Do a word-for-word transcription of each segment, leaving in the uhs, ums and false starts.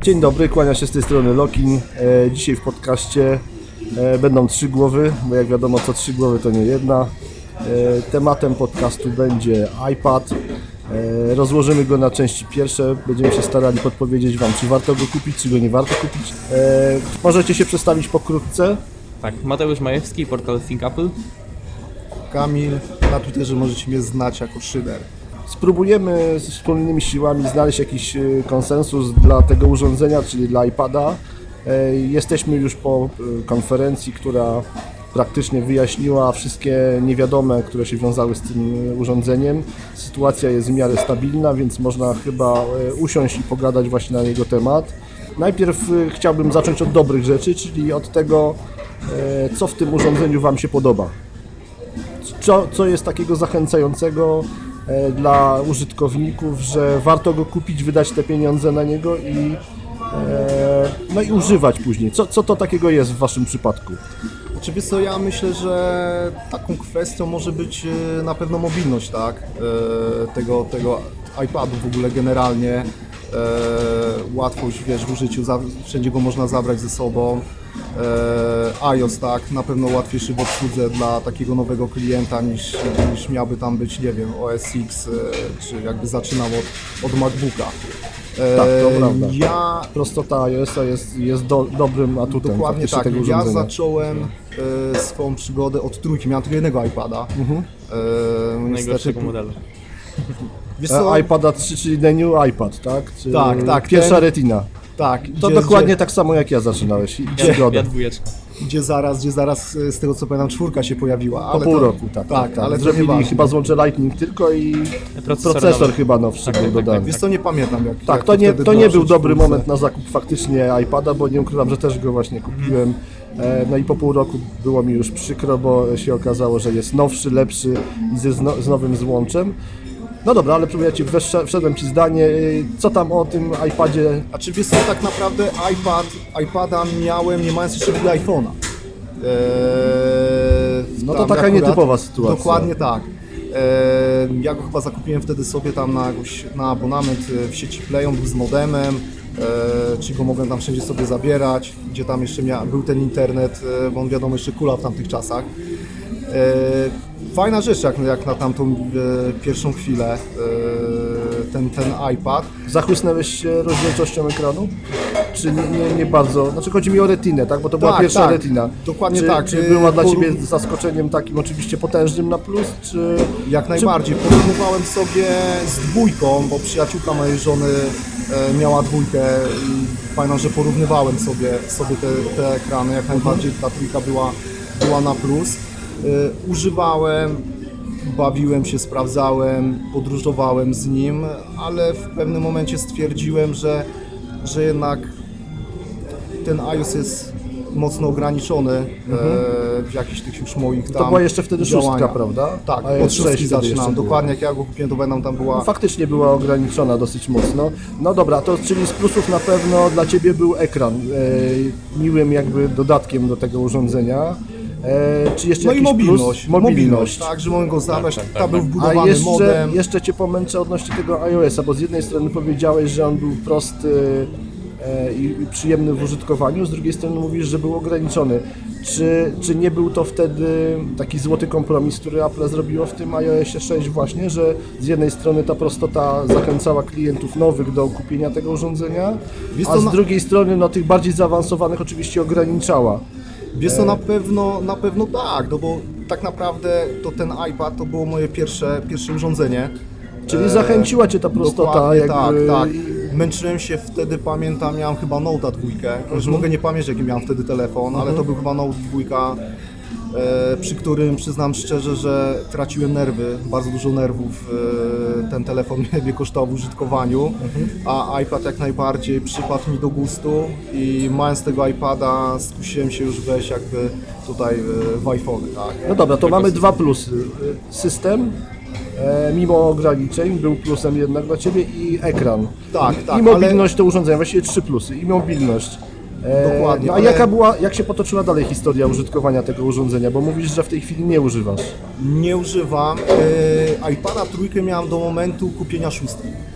Dzień dobry, kłania się z tej strony Lokin. E, dzisiaj w podcaście e, będą trzy głowy, bo jak wiadomo co trzy głowy to nie jedna. E, tematem podcastu będzie iPad. E, rozłożymy go na części pierwsze, będziemy się starali podpowiedzieć Wam, czy warto go kupić, czy go nie warto kupić. E, możecie się przedstawić pokrótce. Tak, Mateusz Majewski, portal Think Apple. Kamil, na Twitterze możecie mnie znać jako Szyder. Spróbujemy z wspólnymi siłami znaleźć jakiś konsensus dla tego urządzenia, czyli dla iPada. Jesteśmy już po konferencji, która praktycznie wyjaśniła wszystkie niewiadome, które się wiązały z tym urządzeniem. Sytuacja jest w miarę stabilna, więc można chyba usiąść i pogadać właśnie na jego temat. Najpierw chciałbym zacząć od dobrych rzeczy, czyli od tego, co w tym urządzeniu Wam się podoba. Co, co jest takiego zachęcającego dla użytkowników, że warto go kupić, wydać te pieniądze na niego i, e, no i używać później. Co, co to takiego jest w Waszym przypadku? Znaczy, wiesz co, ja myślę, że taką kwestią może być na pewno mobilność, tak? Tego, tego iPadu w ogóle generalnie. Łatwość, wiesz, w użyciu, wszędzie go można zabrać ze sobą. iOS, tak, na pewno łatwiejszy w obsłudze dla takiego nowego klienta niż, niż miałby tam być, nie wiem, O S X, czy jakby zaczynał od, od MacBooka. Tak, to prawda. Ja... Prostota iOS-a jest, jest do, dobrym atutem. Dokładnie tak, tego ja urządzenia. zacząłem e, swoją przygodę od trójki, miałem tylko jednego iPada. Mhm. E, Najgorszego modelu. Wiesz co? E, iPada trzy, czyli the new iPad, tak? Czy Tak, tak. Pierwsza ten... Retina. Tak. To gdzie, dokładnie gdzie... tak samo jak ja zaczynałeś. Ja, ja dwójeczka. Gdzie zaraz, gdzie zaraz z tego co pamiętam czwórka się pojawiła. Ale po pół to... roku, tak. Tak, tak ale zrobili to chyba złącze Lightning tylko i procesor, procesor chyba nowszy tak, był tak, dodany. tak, Wiesz co, nie pamiętam jak. Tak, jak to nie, to nie był dobry czwórce. moment na zakup faktycznie iPada, bo nie ukrywam, że też go właśnie kupiłem. No i po pół roku było mi już przykro, bo się okazało, że jest nowszy, lepszy i ze, z nowym złączem. No dobra, ale próbuję Ci, wszedłem Ci zdanie, co tam o tym iPadzie? A czy wiesz co, tak naprawdę iPad, iPada miałem nie mając jeszcze w ogóle iPhone'a. Eee, no to taka nietypowa sytuacja. Dokładnie tak. Eee, ja go chyba zakupiłem wtedy sobie tam na, na abonament w sieci Play, on był z modemem, eee, czyli go mogłem tam wszędzie sobie zabierać, gdzie tam jeszcze mia, był ten internet, e, bo on wiadomo jeszcze kula w tamtych czasach. Eee, fajna rzecz jak, jak na tamtą e, pierwszą chwilę, e, ten, ten iPad. Zachłysnęłeś się rozdzielczością ekranu? Czy nie, nie, nie bardzo? Znaczy chodzi mi o retinę, tak? Bo to była Tak, pierwsza tak. retina. Dokładnie czy, tak. Czy była dla Ciebie zaskoczeniem takim oczywiście potężnym na plus, czy... Jak najbardziej. Porównywałem sobie z dwójką, bo przyjaciółka mojej żony e, miała dwójkę i pamiętam, że porównywałem sobie, sobie te, te ekrany. Jak najbardziej ta trójka była, była na plus. E, używałem, bawiłem się, sprawdzałem, podróżowałem z nim, ale w pewnym momencie stwierdziłem, że, że jednak ten iOS jest mocno ograniczony mhm. e, w jakichś tych już moich tam To była jeszcze wtedy działania. szóstka, prawda? Tak, A od szóstki zaczynam. było. Dokładnie jak ja go kupiłem, to będą tam była... No, faktycznie była ograniczona dosyć mocno. No dobra, to czyli z plusów na pewno dla Ciebie był ekran, e, miłym jakby dodatkiem do tego urządzenia. E, czy jeszcze No i jakiś mobilność, plus? mobilność. Mobilność, tak, że mogę go zabrać, tak, tak, tam tak, był tak. wbudowany A jeszcze, modem. jeszcze Cię pomęczę odnośnie tego iOS-a, bo z jednej strony powiedziałeś, że on był prosty e, i, i przyjemny w użytkowaniu, z drugiej strony mówisz, że był ograniczony. Czy, czy nie był to wtedy taki złoty kompromis, który Apple zrobiło w tym iOSie sześć właśnie, że z jednej strony ta prostota zachęcała klientów nowych do kupienia tego urządzenia, Wiesz a co, z na- drugiej strony no, tych bardziej zaawansowanych oczywiście ograniczała. Wiesz co, na pewno, na pewno tak, no bo tak naprawdę to ten iPad to było moje pierwsze, pierwsze urządzenie. Czyli zachęciła Cię ta prostota. Dokładnie jakby... tak, tak. Męczyłem się wtedy, pamiętam, miałem chyba Note'a dwójkę, już mogę nie pamiętać jaki miałem wtedy telefon, ale to był chyba Note dwójka, e, przy którym przyznam szczerze, że traciłem nerwy, bardzo dużo nerwów e, ten telefon mnie kosztował w użytkowaniu, a iPad jak najbardziej przypadł mi do gustu i mając tego iPada skusiłem się już wejść jakby tutaj e, w iPhony, tak. No dobra, to mamy dwa plusy. System, e, mimo ograniczeń, był plusem jednak dla Ciebie i ekran. Tak, I, tak, I mobilność ale- to urządzenia, właściwie trzy plusy. I mobilność. E, Dokładnie, No a ale- jaka była, jak się potoczyła dalej historia użytkowania tego urządzenia? Bo mówisz, że w tej chwili nie używasz. Nie używam. E, iPada trójkę miałem do momentu kupienia szóstki.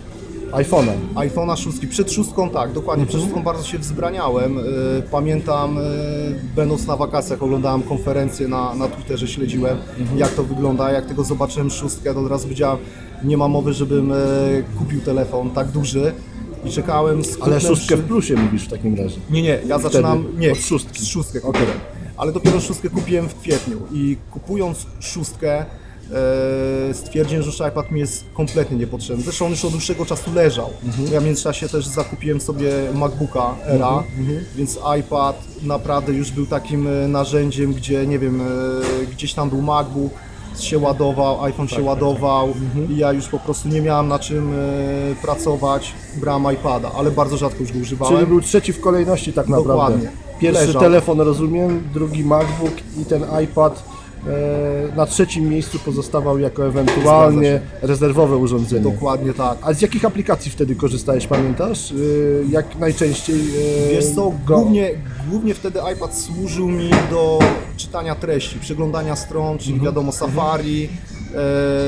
iPhone'a. iPhone'a szóstki. Przed szóstką tak, dokładnie, przed szóstką bardzo się wzbraniałem. Y, Pamiętam, y, będąc na wakacjach, oglądałem konferencję na, na Twitterze, śledziłem jak to wygląda. Jak tego zobaczyłem szóstkę, to od razu wiedziałem, nie ma mowy, żebym y, kupił telefon tak duży. I czekałem z Ale kupnem szóstkę przy- w plusie mówisz w takim razie. Nie, nie, ja zaczynam nie, od szóstki. z szóstkę kupiłem. Ale dopiero szóstkę kupiłem w kwietniu i kupując szóstkę e, stwierdziłem, że już iPad mi jest kompletnie niepotrzebny. Zresztą on już od dłuższego czasu leżał. Ja w międzyczasie też zakupiłem sobie MacBooka Era, więc iPad naprawdę już był takim e, narzędziem, gdzie nie wiem, e, gdzieś tam był MacBook, się ładował, iPhone się ładował i ja już po prostu nie miałem na czym e, pracować, brałem iPada, ale bardzo rzadko już go używałem. Czyli był trzeci w kolejności tak naprawdę. Dokładnie. Pierwszy Leżał. telefon rozumiem, drugi MacBook i ten iPad e, na trzecim miejscu pozostawał jako ewentualnie rezerwowe urządzenie. Dokładnie tak. A z jakich aplikacji wtedy korzystałeś, pamiętasz? Y, Jak najczęściej? y, Wiesz co, go- głównie, głównie wtedy iPad służył mi do czytania treści, przeglądania stron, czyli Mhm. wiadomo Safari, e,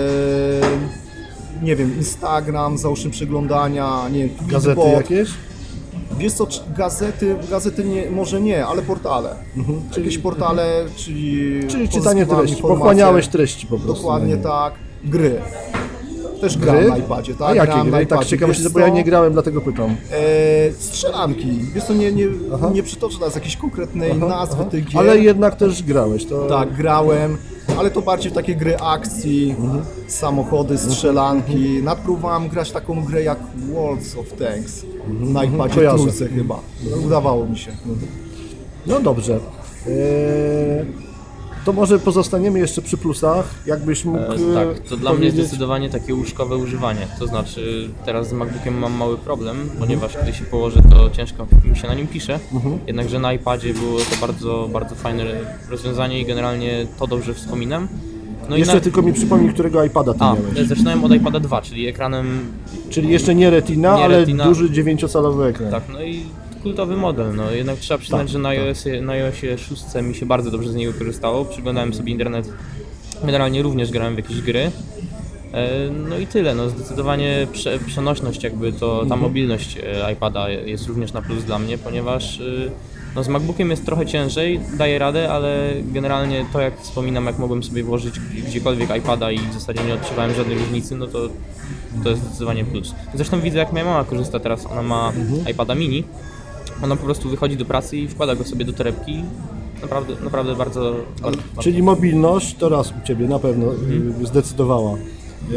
nie wiem, Instagram, załóżmy przeglądania, nie wiem, Gazety Tweetbot. jakieś? Wiesz co, czy- gazety, gazety nie, może nie, ale portale. Jakieś portale, czyli... Mhm. Czyli czytanie pozyskiwałem treści, informacje. pochłaniałeś treści po prostu. Dokładnie na nim. tak. Gry. Też grałem na iPadzie, tak? A jakie Grałem na gry? Tak iPadzie. ciekawości, Wiesz bo ja co? nie grałem, dlatego pytam. E, strzelanki. Wiesz co, nie, nie, nie przytoczę teraz jakiejś konkretnej nazwy Aha. tych gier. Ale jednak też grałeś, to... Tak, grałem, ale to bardziej w takie gry akcji, samochody, strzelanki. Nadpróbowałem grać taką grę jak Worlds of Tanks na iPadzie Kojarzę. trójce chyba. Udawało mi się. No dobrze. Eee, to może pozostaniemy jeszcze przy plusach, jakbyś mógł E, tak, to dla mnie powiedzieć... zdecydowanie takie łóżkowe używanie. To znaczy, teraz z MacBookiem mam mały problem, ponieważ gdy się położę, to ciężko mi się na nim pisze. Jednakże na iPadzie było to bardzo, bardzo fajne rozwiązanie i generalnie to dobrze wspominam. No Jeszcze i na... tylko mi przypomnij, którego iPada ty A, miałeś. zaczynałem od iPada dwa, czyli ekranem, Czyli jeszcze nie Retina, Nie ale Retina. duży dziewięciocalowy ekran. tak, no i kultowy model, no jednak trzeba przyznać, Tak, że na iOSie, na iOSie sześć mi się bardzo dobrze z niego korzystało, przyglądałem sobie internet, generalnie również grałem w jakieś gry. E, No i tyle, no zdecydowanie prze, przenośność jakby to, ta Mhm. mobilność e, iPada jest również na plus dla mnie, ponieważ e, no z MacBookiem jest trochę ciężej, daje radę, ale generalnie to jak wspominam, jak mogłem sobie włożyć gdziekolwiek iPada i w zasadzie nie odczuwałem żadnej różnicy, no to to jest zdecydowanie plus. Zresztą widzę jak moja mama korzysta teraz, ona ma Mhm. iPada mini, ona po prostu wychodzi do pracy i wkłada go sobie do torebki, naprawdę, naprawdę bardzo, bardzo, Czyli mobilność to raz u Ciebie na pewno Mhm. y, zdecydowała. Eee,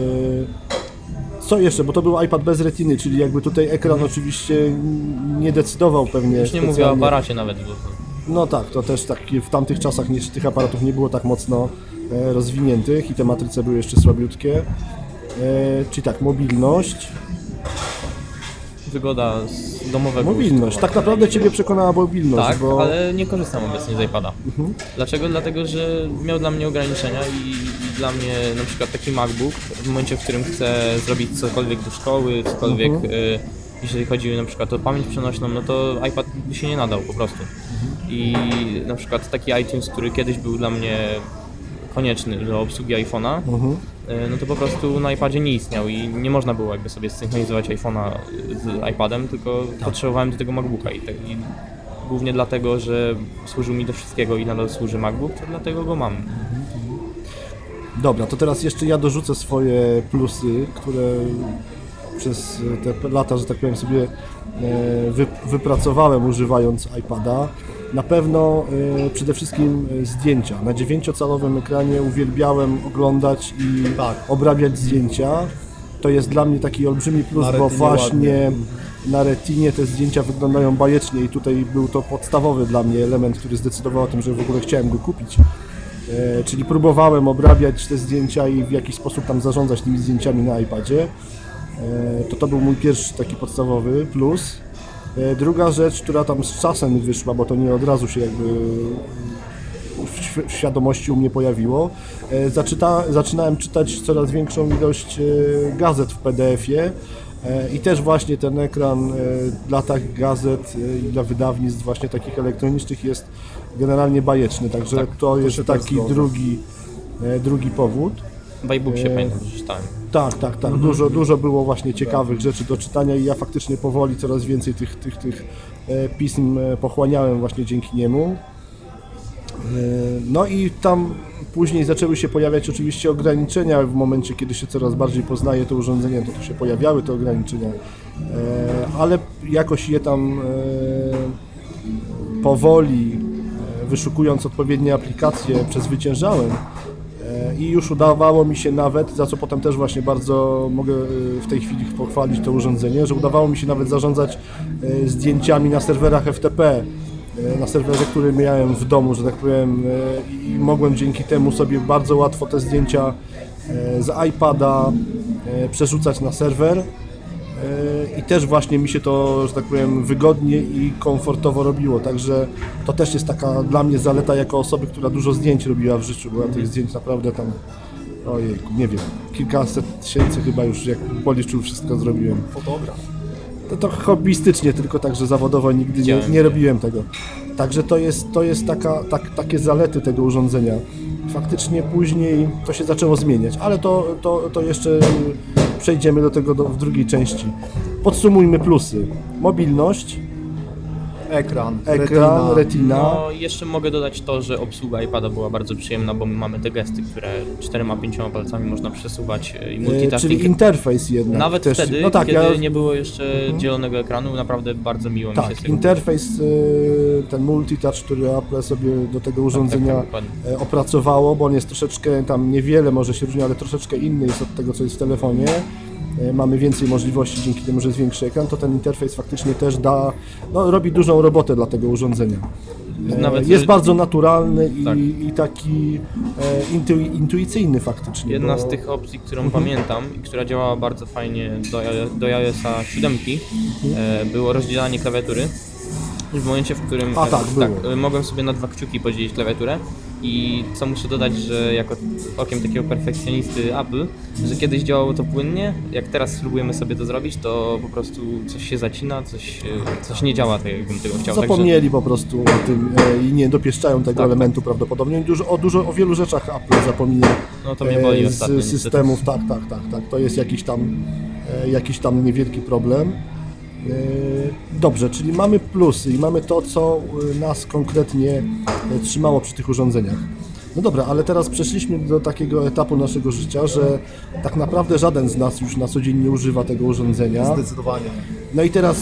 co jeszcze? Bo to był iPad bez retiny, czyli jakby tutaj ekran oczywiście nie decydował pewnie Mhm. już nie mówię o specjalnie. aparacie nawet, bo No tak, to też tak w tamtych czasach nie, tych aparatów nie było tak mocno e, rozwiniętych i te matryce były jeszcze słabiutkie. E, czyli tak, mobilność. wygoda z domowego Mobilność. użytkowania. Tak naprawdę Ciebie przekonała mobilność, Tak, bo ale nie korzystam obecnie z iPada. Dlaczego? Dlatego, że miał dla mnie ograniczenia i, i dla mnie na przykład taki MacBook, w momencie, w którym chcę zrobić cokolwiek do szkoły, cokolwiek, y, jeżeli chodzi na przykład o pamięć przenośną, no to iPad by się nie nadał po prostu. I na przykład taki iTunes, który kiedyś był dla mnie konieczny do obsługi iPhone'a, y, no to po prostu na iPadzie nie istniał i nie można było jakby sobie synchronizować iPhone'a z iPadem, tylko potrzebowałem do tego MacBooka i, tak, i głównie dlatego, że służył mi do wszystkiego i nadal służy MacBook, to dlatego go mam. dobra, to teraz jeszcze ja dorzucę swoje plusy, które przez te lata, że tak powiem, sobie e, wy, wypracowałem używając iPada. Na pewno e, przede wszystkim e, zdjęcia. Na dziewięciocalowym ekranie uwielbiałem oglądać i Tak. obrabiać zdjęcia. To jest dla mnie taki olbrzymi plus, Na bo retinie właśnie ładnie. na retinie te zdjęcia wyglądają bajecznie i tutaj był to podstawowy dla mnie element, który zdecydował o tym, że w ogóle chciałem go kupić. E, czyli próbowałem obrabiać te zdjęcia i w jakiś sposób tam zarządzać tymi zdjęciami na iPadzie. E, to to był mój pierwszy taki podstawowy plus. E, druga rzecz, która tam z czasem mi wyszła, bo to nie od razu się jakby w, świ- w świadomości u mnie pojawiło. E, zaczyta, zaczynałem czytać coraz większą ilość e, gazet w P D F-ie. E, I też właśnie ten ekran e, dla tak gazet e, i dla wydawnictw właśnie takich elektronicznych jest generalnie bajeczny, także Tak, to się jest też taki zgodzę. drugi, e, drugi powód. W iBooksie pamiętam, że czytałem. Tak, tak, tak. Dużo, dużo było właśnie ciekawych rzeczy do czytania i ja faktycznie powoli coraz więcej tych, tych, tych e, pism e, pochłaniałem właśnie dzięki niemu. E, No i tam później zaczęły się pojawiać oczywiście ograniczenia w momencie, kiedy się coraz bardziej poznaje to urządzenie, to tu się pojawiały te ograniczenia, e, ale jakoś je tam e, powoli, e, wyszukując odpowiednie aplikacje, przezwyciężałem. I już udawało mi się nawet, za co potem też właśnie bardzo mogę w tej chwili pochwalić to urządzenie, że udawało mi się nawet zarządzać zdjęciami na serwerach F T P, na serwerze, który miałem w domu, że tak powiem, i mogłem dzięki temu sobie bardzo łatwo te zdjęcia z iPada przerzucać na serwer. I też właśnie mi się to, że tak powiem, wygodnie i komfortowo robiło, także to też jest taka dla mnie zaleta jako osoby, która dużo zdjęć robiła w życiu, bo ja tych zdjęć naprawdę tam, ojejku, nie wiem, kilkaset tysięcy chyba już, jak policzył, wszystko zrobiłem. Fotograf. To, to hobbystycznie, tylko tak, że zawodowo nigdy nie, nie robiłem tego. Także to jest, to jest taka, tak, takie zalety tego urządzenia. Faktycznie później to się zaczęło zmieniać, ale to, to, to jeszcze przejdziemy do tego do, w drugiej części. Podsumujmy plusy. Mobilność, Ekran, ekran, retina. retina. No jeszcze mogę dodać to, że obsługa iPada była bardzo przyjemna, bo my mamy te gesty, które czterema, pięcioma palcami można przesuwać i E, multitasking. czyli interfejs jednak. Nawet też. wtedy, No tak, kiedy ja, nie było jeszcze dzielonego ekranu, naprawdę bardzo miło mi się z tak, tego. interfejs, e, ten multitouch, który Apple sobie do tego urządzenia tak, dokładnie. e, opracowało, bo on jest troszeczkę, tam niewiele może się różni, ale troszeczkę inny jest od tego, co jest w telefonie. E, Mamy więcej możliwości dzięki temu, że jest większy ekran, to ten interfejs faktycznie też da, no, robi dużą robotę dla tego urządzenia. E, Nawet, jest że- bardzo naturalny i, Tak. i taki e, intu, intuicyjny faktycznie. Jedna bo... z tych opcji, którą pamiętam i która działała bardzo fajnie do, do iOS-a siedem, e, było rozdzielanie klawiatury. I w momencie, w którym A, tak, tak, było. e, mogłem sobie na dwa kciuki podzielić klawiaturę i co muszę dodać, że jako okiem takiego perfekcjonisty Apple, że kiedyś działało to płynnie, jak teraz spróbujemy sobie to zrobić, to po prostu coś się zacina, coś, e, coś nie działa tak, jakbym tego chciał. Zapomnieli po prostu o tym e, i nie dopieszczają tego Tak, elementu prawdopodobnie. Dużo, o, dużo, o wielu rzeczach Apple zapomina No to mnie boli e, ostatnio, z niestety. systemów. Tak, tak, tak, tak. To jest jakiś tam, e, jakiś tam niewielki problem. E, Dobrze, czyli mamy plusy i mamy to, co e, nas konkretnie e, trzymało przy tych urządzeniach. No dobra, ale teraz przeszliśmy do takiego etapu naszego życia, że tak naprawdę żaden z nas już na co dzień nie używa tego urządzenia. Zdecydowanie. No i teraz,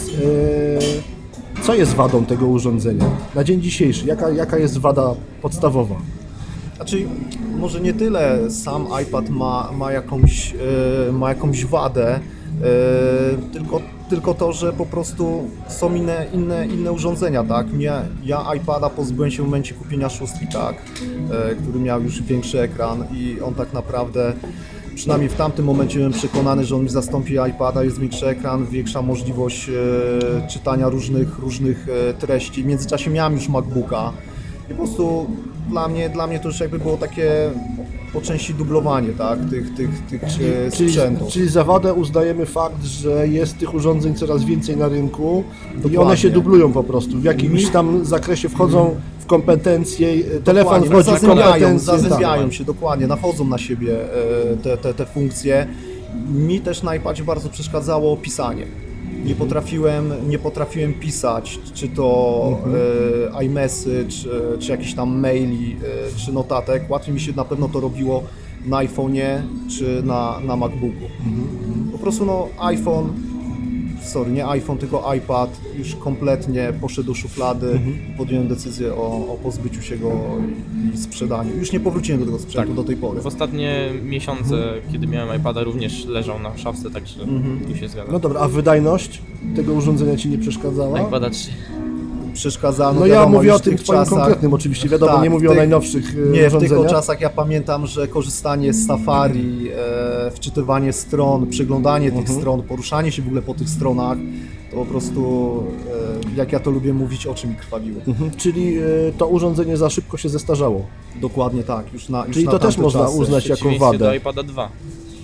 e, co jest wadą tego urządzenia? Na dzień dzisiejszy, jaka, jaka jest wada podstawowa? Znaczy, może nie tyle sam iPad ma, ma, jakąś, e, ma jakąś wadę, e, tylko, tylko to, że po prostu są inne, inne, inne urządzenia, tak? Mnie, ja iPada pozbyłem się w momencie kupienia szóstki, tak? E, który miał już większy ekran i on tak naprawdę, przynajmniej w tamtym momencie byłem przekonany, że on mi zastąpi iPada, jest większy ekran, większa możliwość e, czytania różnych, różnych e, treści. W międzyczasie miałem już MacBooka i po prostu dla mnie, dla mnie to już jakby było takie po części dublowanie, tak, tych, tych, tych e, Czyli, sprzętów. czyli za wadę uznajemy fakt, że jest tych urządzeń coraz więcej na rynku i Dokładnie. one się dublują po prostu. W jakimś tam zakresie wchodzą w kompetencje, telefon Dokładnie, no wchodzi w zazębiają, kompetencje. zazębiają tak. się, dokładnie, nachodzą na siebie e, te, te, te funkcje. Mi też na iPadzie bardzo przeszkadzało pisanie. Nie potrafiłem, nie potrafiłem pisać, czy to e, iMessage, czy, czy jakieś tam maili, e, czy notatek. Łatwiej mi się na pewno to robiło na iPhone'ie, czy na, na MacBooku. Po prostu no iPhone, sorry, nie iPhone, tylko iPad już kompletnie poszedł do szuflady i podjąłem decyzję o, o pozbyciu się go i sprzedaniu. Już nie powróciłem do tego sprzętu Tak. do tej pory. W ostatnie miesiące, kiedy miałem iPada, również leżał na szafce, także tu się zgadza. No dobra, a wydajność tego urządzenia Ci nie przeszkadzała? iPada trzy. Przeszkadzano, No ja wiadomo, mówię już o w tym tych twoim czasach. konkretnym oczywiście, wiadomo, Tak, nie mówię w o tych- najnowszych e, Nie, w tych urządzeniach. czasach ja pamiętam, że korzystanie z Safari, e, wczytywanie stron, przeglądanie tych stron, poruszanie się w ogóle po tych stronach, to po prostu, e, jak ja to lubię mówić, oczy mi krwawiły. Mhm. Czyli e, to urządzenie za szybko się zestarzało. Dokładnie tak, już na już Czyli na to też tamte można czasy. uznać W jako przeciwieństwie wadę. do iPada dwa.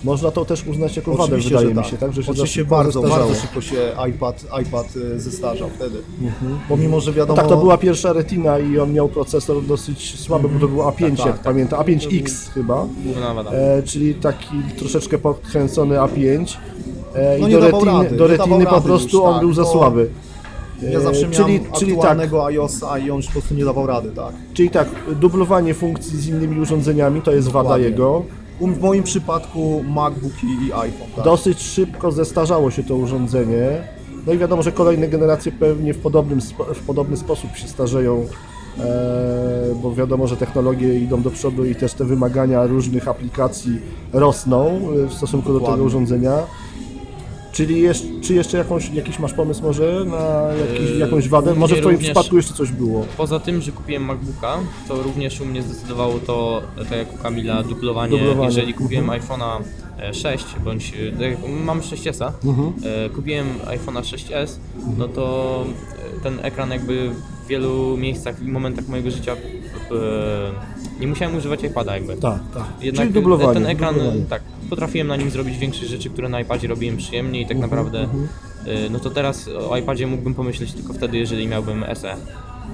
Można to też uznać jako wadę, Oczywiście, wydaje że mi tak. się, tak? Że się Oczywiście za- bardzo, zestarzało. bardzo szybko się iPad, iPad y, zestarzał wtedy. Pomimo, że wiadomo... Tak, to była pierwsza Retina i on miał procesor dosyć słaby, bo to był A pięć, Tak, jak tak. pamiętam, A pięć X chyba, Główna wada. e, czyli taki troszeczkę podkręcony A pięć. E, No I nie do dawał Retiny, rady, do nie Retiny dawał po rady prostu już, on tak, był za bo- słaby. Ja zawsze E, miałem czyli, czyli tak, aktualnego iOS-a i on już po prostu nie dawał rady, tak. czyli tak, dublowanie funkcji z innymi urządzeniami to jest wada Dokładnie. jego. U- W moim przypadku MacBook i, i iPhone, tak. Dosyć szybko zestarzało się to urządzenie. No i wiadomo, że kolejne generacje pewnie w, podobnym, spo- w podobny sposób się starzeją, e, bo wiadomo, że technologie idą do przodu i też te wymagania różnych aplikacji rosną e, w stosunku do tego Dokładnie. urządzenia. Czyli jeszcze, czy jeszcze jakąś, jakiś masz pomysł może na jakiś, Yy, jakąś wadę? u Może w mnie Twoim również- przypadku jeszcze coś było? Poza tym, że kupiłem MacBooka, to również u mnie zdecydowało to, tak jak u Kamila, dublowanie. Dublowanie. Jeżeli kupiłem iPhone'a sześć, bądź e, tak jak mam sześć S, Mhm. e, kupiłem iPhone'a sześć S, no to e, ten ekran jakby w wielu miejscach i momentach mojego życia e, nie musiałem używać iPada jakby. Tak, tak. Jednak Czyli dublowanie. ten ekran, dublowanie. tak, potrafiłem na nim zrobić większe rzeczy, które na iPadzie robiłem przyjemnie i tak Mhm, naprawdę, y, no to teraz o iPadzie mógłbym pomyśleć tylko wtedy, jeżeli miałbym S E.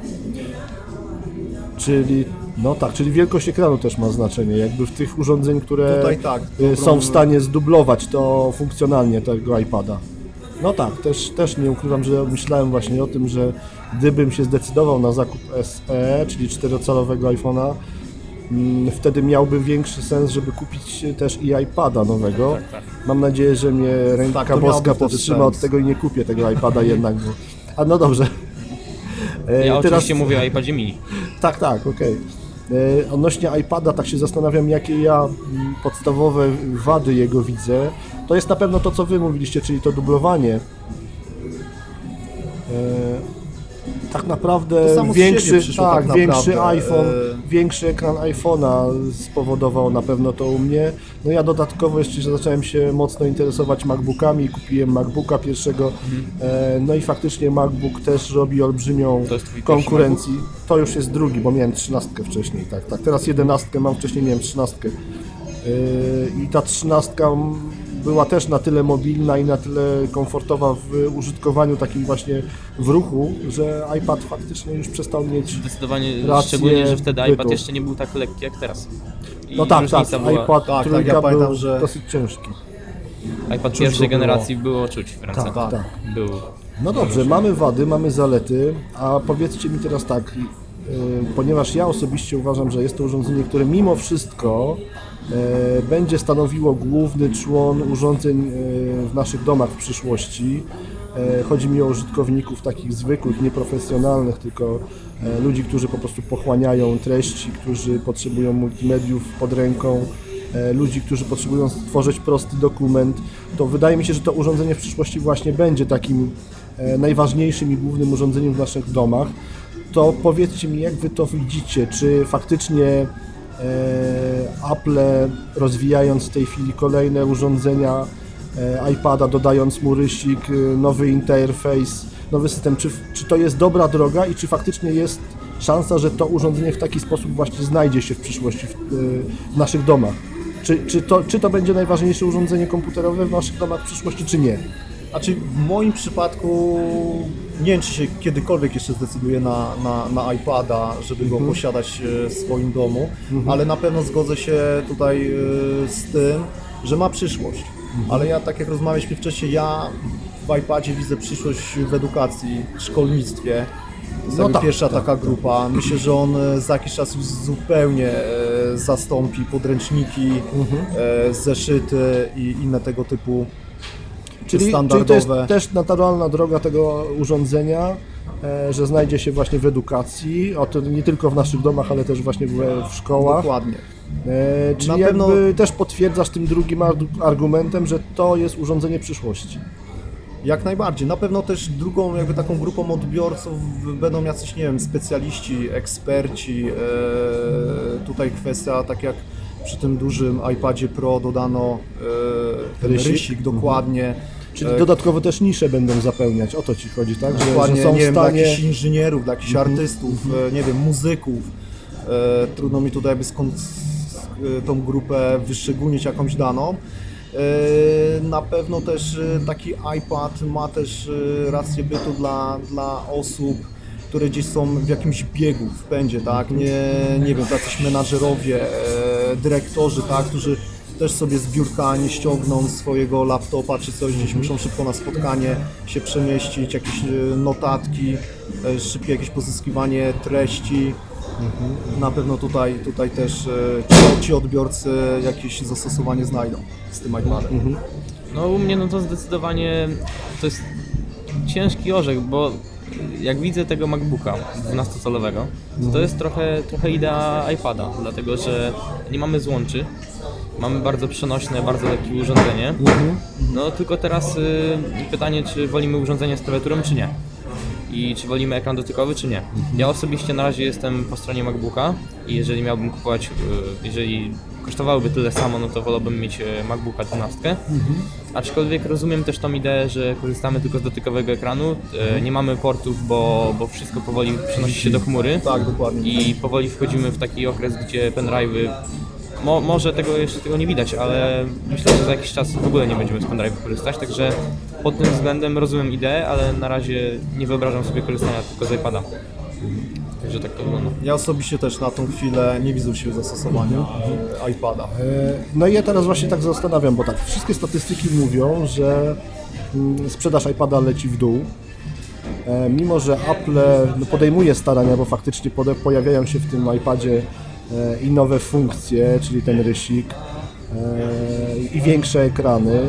Czyli, no tak, czyli wielkość ekranu też ma znaczenie, jakby w tych urządzeń, które Tutaj tak, y, dobrą- są w stanie zdublować to funkcjonalnie tego iPada. No tak, też, też nie ukrywam, że myślałem właśnie o tym, że gdybym się zdecydował na zakup S E, czyli czterocalowego iPhone'a, mm, wtedy miałby większy sens, żeby kupić też i iPada nowego. Tak, tak. Mam nadzieję, że mnie ręka Tak, to boska miałby wtedy powstrzyma sens. od tego i nie kupię tego iPada jednak, bo... A no dobrze. E, Ja teraz- oczywiście mówię o iPadzie mini. tak, tak, okej. E, Odnośnie iPada, tak się zastanawiam, jakie ja mm, podstawowe wady jego widzę. To jest na pewno to, co Wy mówiliście, czyli to dublowanie. E, Tak naprawdę To samo z większy, siebie przyszło tak, tak większy naprawdę. iPhone, E, większy ekran iPhone'a spowodował na pewno to u mnie. No ja dodatkowo jeszcze że zacząłem się mocno interesować MacBookami, kupiłem MacBooka pierwszego, e, no i faktycznie MacBook też robi olbrzymią To jest twój konkurencji. To już jest drugi, bo miałem trzynastkę wcześniej, tak, tak. Teraz jedenastkę mam, wcześniej miałem trzynastkę. Yy, I ta trzynastka była też na tyle mobilna i na tyle komfortowa w użytkowaniu takim właśnie w ruchu, że iPad faktycznie już przestał mieć... Zdecydowanie, Rację szczególnie, że wtedy bytu. iPad jeszcze nie był tak lekki jak teraz. I No tak, tak, różnica była, iPad tak, trójka ja był pamiętam, że- dosyć ciężki. iPad czuć pierwszej go było. generacji było czuć w ręce. Tak, tak. tak. Był. No dobrze, mamy wady, mamy zalety, a powiedzcie mi teraz tak, yy, ponieważ ja osobiście uważam, że jest to urządzenie, które mimo wszystko yy, będzie stanowiło główny człon urządzeń yy, w naszych domach w przyszłości. Yy, chodzi mi o użytkowników takich zwykłych, nieprofesjonalnych, tylko yy, ludzi, którzy po prostu pochłaniają treści, którzy potrzebują multimediów pod ręką, e, ludzi, którzy potrzebują stworzyć prosty dokument, to wydaje mi się, że to urządzenie w przyszłości właśnie będzie takim e, najważniejszym i głównym urządzeniem w naszych domach. To powiedzcie mi, jak Wy to widzicie, czy faktycznie e, Apple, rozwijając w tej chwili kolejne urządzenia e, iPada, dodając mu rysik, e, nowy interfejs, nowy system, czy, czy to jest dobra droga i czy faktycznie jest szansa, że to urządzenie w taki sposób właśnie znajdzie się w przyszłości w, w naszych domach? Czy, czy, to, czy to będzie najważniejsze urządzenie komputerowe w naszych domach w przyszłości, czy nie? Znaczy w moim przypadku nie wiem, czy się kiedykolwiek jeszcze zdecyduję na, na, na iPada, żeby go posiadać e, w swoim domu, ale na pewno zgodzę się tutaj e, z tym, że ma przyszłość. Ale ja, tak jak rozmawialiśmy wcześniej, ja w iPadzie widzę przyszłość w edukacji, w szkolnictwie. To jest No jakby tak, pierwsza tak, taka grupa. Myślę, że on e, za jakiś czas już zupełnie e, zastąpi podręczniki, e, zeszyty i inne tego typu Czyli, czyli standardowe. to jest też naturalna droga tego urządzenia, e, że znajdzie się właśnie w edukacji, o to nie tylko w naszych domach, ale też właśnie w, w szkołach. Dokładnie. E, czyli Na jakby pewno- też potwierdzasz tym drugim argu- argumentem, że to jest urządzenie przyszłości. Jak najbardziej. Na pewno też drugą jakby taką grupą odbiorców będą jacyś, nie wiem, specjaliści, eksperci. E, tutaj kwestia, tak jak przy tym dużym iPadzie Pro dodano e, ten Rysik. rysik, dokładnie. Czyli E, dodatkowo też nisze będą zapełniać, o to Ci chodzi, tak? Że, Dokładnie, że są nie w wiem, dla stanie... jakichś inżynierów, dla jakichś artystów, e, nie wiem, muzyków. E, trudno mi tutaj jakby skąd e, tą grupę wyszczególnić jakąś daną. Na pewno też taki iPad ma też rację bytu dla, dla osób, które gdzieś są w jakimś biegu, w pędzie, tak? Nie, nie wiem, jacyś menadżerowie, dyrektorzy, tak? Którzy też sobie z biurka nie ściągną swojego laptopa czy coś, gdzieś muszą szybko na spotkanie się przemieścić, jakieś notatki, szybkie jakieś pozyskiwanie treści. Na pewno tutaj, tutaj też ci, ci odbiorcy jakieś zastosowanie znajdą z tym iPadem. No u mnie no to zdecydowanie to jest ciężki orzech, bo jak widzę tego MacBooka dwunastocalowego, to, to jest trochę, trochę idea iPada, dlatego że nie mamy złączy, mamy bardzo przenośne, bardzo lekkie urządzenie. No tylko teraz y, pytanie, czy wolimy urządzenie z klawiaturą, czy nie. I czy wolimy ekran dotykowy, czy nie. Ja osobiście na razie jestem po stronie MacBooka i jeżeli miałbym kupować, y, jeżeli kosztowałyby tyle samo, no to wolałbym mieć MacBooka dwunastkę. Aczkolwiek rozumiem też tą ideę, że korzystamy tylko z dotykowego ekranu, y, nie mamy portów, bo, bo wszystko powoli przenosi się do chmury. Tak, dokładnie. I powoli wchodzimy w taki okres, gdzie pendrive'y, mo, może tego jeszcze tego nie widać, ale myślę, że za jakiś czas w ogóle nie będziemy z pendrive'ów korzystać, także pod tym względem rozumiem ideę, ale na razie nie wyobrażam sobie korzystania tylko z iPada. Także tak to wygląda. Ja osobiście też na tą chwilę nie widzę się zastosowania e, iPada. E, No i ja teraz właśnie tak zastanawiam, bo tak, wszystkie statystyki mówią, że mm, sprzedaż iPada leci w dół. E, Mimo że Apple no, podejmuje starania, bo faktycznie pode- pojawiają się w tym iPadzie e, i nowe funkcje, czyli ten rysik e, i większe ekrany.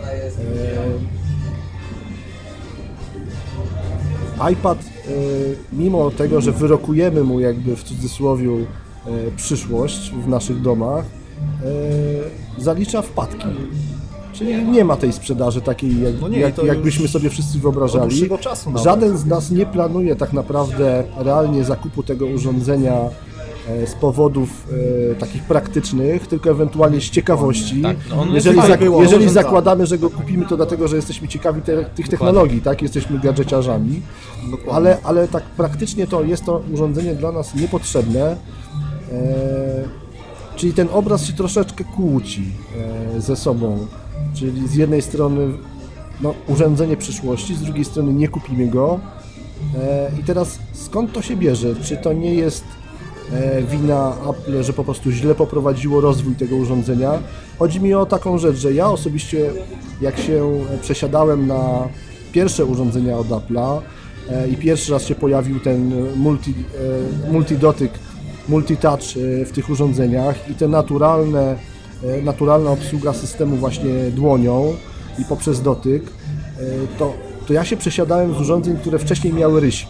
E, iPad, e, mimo tego, że wyrokujemy mu jakby w cudzysłowie e, przyszłość w naszych domach, e, zalicza wpadki. Czyli nie ma tej sprzedaży takiej, jak, No nie, jak, to jakbyśmy już sobie wszyscy od wyobrażali. dłuższego czasu nawet. Żaden z nas nie planuje tak naprawdę realnie zakupu tego urządzenia e, z powodów e, takich praktycznych, tylko ewentualnie z ciekawości. Tak, no ono jeżeli jest zak- fajne było, jeżeli urządzane. zakładamy, że go kupimy, to dlatego, że jesteśmy ciekawi te, tych technologii, tak? Jesteśmy gadżeciarzami, ale, ale tak praktycznie to jest to urządzenie dla nas niepotrzebne. E, czyli ten obraz się troszeczkę kłóci e, ze sobą. Czyli z jednej strony no, urządzenie przyszłości, z drugiej strony nie kupimy go. E, I teraz skąd to się bierze? Czy to nie jest e, wina Apple, że po prostu źle poprowadziło rozwój tego urządzenia? Chodzi mi o taką rzecz, że ja osobiście jak się przesiadałem na pierwsze urządzenia od Apple'a e, i pierwszy raz się pojawił ten multi, e, multidotyk, multitouch e, w tych urządzeniach i te naturalne naturalna obsługa systemu właśnie dłonią i poprzez dotyk, to, to ja się przesiadałem z urządzeń, które wcześniej miały rysik.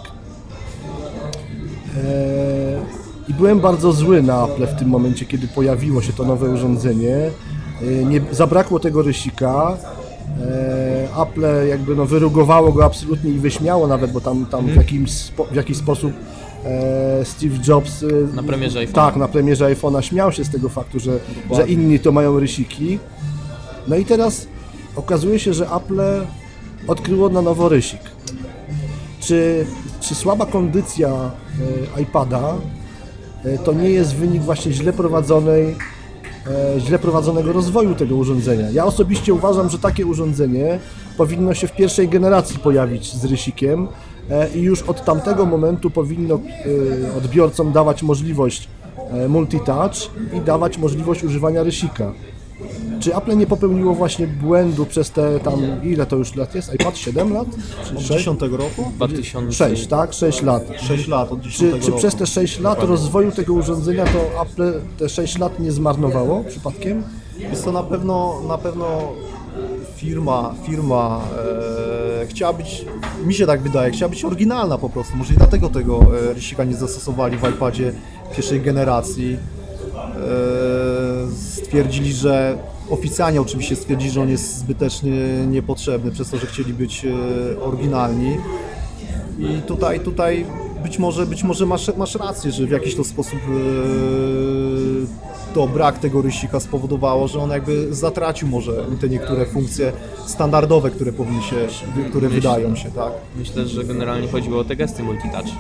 I byłem bardzo zły na Apple w tym momencie, kiedy pojawiło się to nowe urządzenie. Nie, zabrakło tego rysika. Apple jakby no wyrugowało go absolutnie i wyśmiało nawet, bo tam, tam w, jakimś spo, w jakiś sposób Steve Jobs Na premierze iPhone'a. tak, na premierze iPhone'a śmiał się z tego faktu, że, że inni to mają rysiki. No i teraz okazuje się, że Apple odkryło na nowo rysik. Czy, czy słaba kondycja e, iPada e, to nie jest wynik właśnie źle prowadzonej, e, źle prowadzonego rozwoju tego urządzenia? Ja osobiście uważam, że takie urządzenie powinno się w pierwszej generacji pojawić z rysikiem, i już od tamtego momentu powinno odbiorcom dawać możliwość multitouch i dawać możliwość używania rysika. Czy Apple nie popełniło właśnie błędu przez te tam, ile to już lat jest? iPad siedem lat? Od dziesiątego roku? dwa tysiące sześć, tak? sześć lat. sześć lat od Czy, dziesiątego czy roku. przez te sześć lat rozwoju tego urządzenia to Apple te sześć lat nie zmarnowało przypadkiem? Jest to na pewno, na pewno firma, firma e, chciała być, mi się tak wydaje, chciała być oryginalna po prostu. Może i dlatego tego e, rysika nie zastosowali w iPadzie pierwszej generacji. E, stwierdzili, że oficjalnie oczywiście stwierdzili, że on jest zbytecznie niepotrzebny przez to, że chcieli być e, oryginalni. I tutaj, tutaj być może, być może masz, masz rację, że w jakiś to sposób yy, to brak tego rysika spowodowało, że on jakby zatracił może te niektóre funkcje standardowe, które powinny się, które wydają się, tak? Myślę, że generalnie chodziło o te gesty multitouch.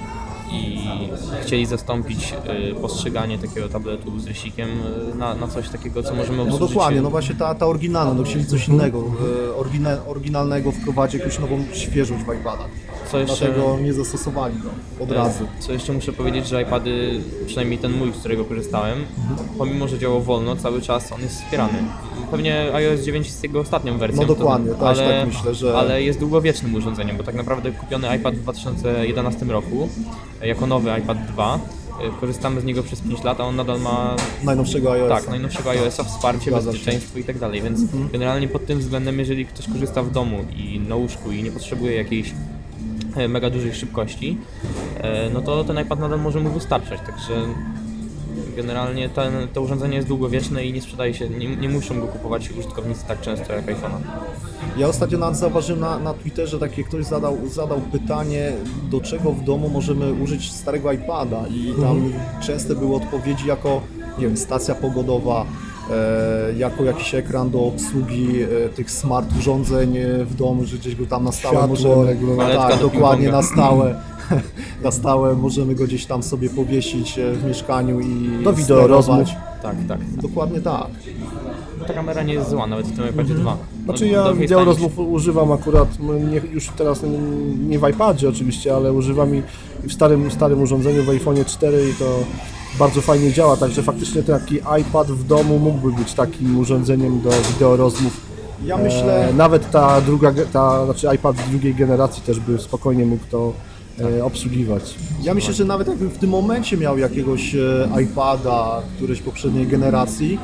i chcieli zastąpić y, postrzeganie takiego tabletu z rysikiem y, na, na coś takiego, co możemy No obsłużyć. dokładnie, no właśnie ta, ta oryginalna, no chcieli coś innego, e, oryginal, oryginalnego wprowadzić jakąś nową świeżość w iPadach. Co jeszcze, Dlatego nie zastosowali go od razu. co jeszcze muszę powiedzieć, że iPady, przynajmniej ten mój, z którego korzystałem, pomimo że działał wolno, cały czas on jest wspierany. Pewnie iOS dziewięć jest jego ostatnią wersją. No dokładnie, to, też ale, tak myślę, że- ale jest długowiecznym urządzeniem, bo tak naprawdę kupiony iPad w dwa tysiące jedenastym roku, jako nowy iPad dwa, y, korzystamy z niego przez pięć lat, a on nadal ma Najnowszego iOS. tak, najnowszego iOS-a, wsparcie, Zgadza się. bezpieczeństwo i tak dalej, więc generalnie pod tym względem, jeżeli ktoś korzysta w domu i na łóżku i nie potrzebuje jakiejś e, mega dużej szybkości, e, no to ten iPad nadal może mu wystarczać, także generalnie ten, to urządzenie jest długowieczne i nie sprzedaje się, nie, nie muszą go kupować użytkownicy tak często jak iPhone'a. Ja ostatnio nawet zauważyłem na, na Twitterze, takie ktoś zadał, zadał pytanie, do czego w domu możemy użyć starego iPada i tam częste były odpowiedzi jako, nie wiem, stacja pogodowa, e, jako jakiś ekran do obsługi e, tych smart urządzeń e, w domu, że gdzieś go tam na stałe Światło możemy, regulowane. Paletka tak, do dokładnie ping-ponga. na stałe, na stałe możemy go gdzieś tam sobie powiesić e, w mieszkaniu i Do wideorozmów. sterować. Tak, tak. Dokładnie tak. Ta kamera nie jest zła, nawet w tym iPadzie dwa. No, Znaczy do ja FaceTime wideo rozmów używam akurat, m, nie, już teraz nie, nie w iPadzie oczywiście, ale używam i w starym, starym urządzeniu, w iPhone'ie cztery i to bardzo fajnie działa, także faktycznie taki iPad w domu mógłby być takim urządzeniem do wideo rozmów. Ja myślę, E, nawet ta druga, ge- ta, znaczy iPad drugiej generacji też by spokojnie mógł to e, obsługiwać. Ja myślę, że nawet jakbym w tym momencie miał jakiegoś e, iPada którejś poprzedniej generacji,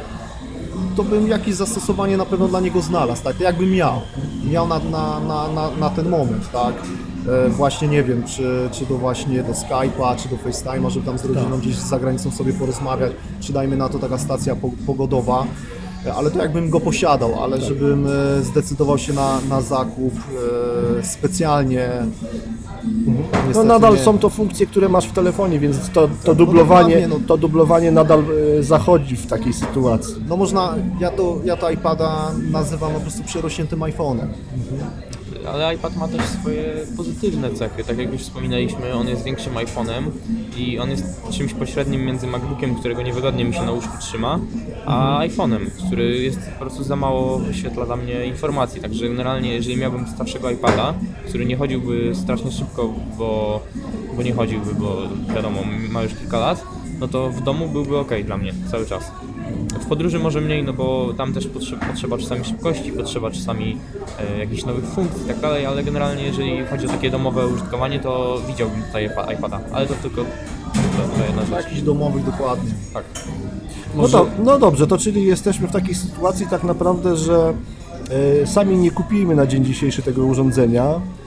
to bym jakieś zastosowanie na pewno dla niego znalazł, tak? Jakbym miał, miał na, na, na, na, na ten moment, tak? E, właśnie nie wiem, czy, czy to właśnie do Skype'a, czy do FaceTime'a, żeby tam z rodziną gdzieś za granicą sobie porozmawiać, czy dajmy na to taka stacja po, pogodowa. E, Ale to jakbym go posiadał, ale żebym e, zdecydował się na, na zakup e, specjalnie. No niestety nadal nie. są to funkcje, które masz w telefonie, więc to, to no dublowanie, dokładnie, no. to dublowanie nadal e, zachodzi w takiej sytuacji. No można, ja to, ja to iPada nazywam po prostu przerośniętym iPhone'em. Ale iPad ma też swoje pozytywne cechy, tak jak już wspominaliśmy, on jest większym iPhone'em i on jest czymś pośrednim między MacBookiem, którego niewygodnie mi się na łóżku trzyma, a iPhone'em, który jest po prostu za mało wyświetla dla mnie informacji, także generalnie jeżeli miałbym starszego iPada, który nie chodziłby strasznie szybko, bo, bo nie chodziłby, bo wiadomo, ma już kilka lat, no to w domu byłby ok dla mnie cały czas. W podróży może mniej, no bo tam też potrzeba, potrzeba czasami szybkości, potrzeba czasami e, jakichś nowych funkcji i tak dalej, ale generalnie jeżeli chodzi o takie domowe użytkowanie, to widziałbym tutaj iPa- iPada, ale to tylko to, to jedna Dla rzecz. jakichś domowych dokładnie. Tak. No, do, no dobrze, to czyli jesteśmy w takiej sytuacji tak naprawdę, że e, sami nie kupimy na dzień dzisiejszy tego urządzenia.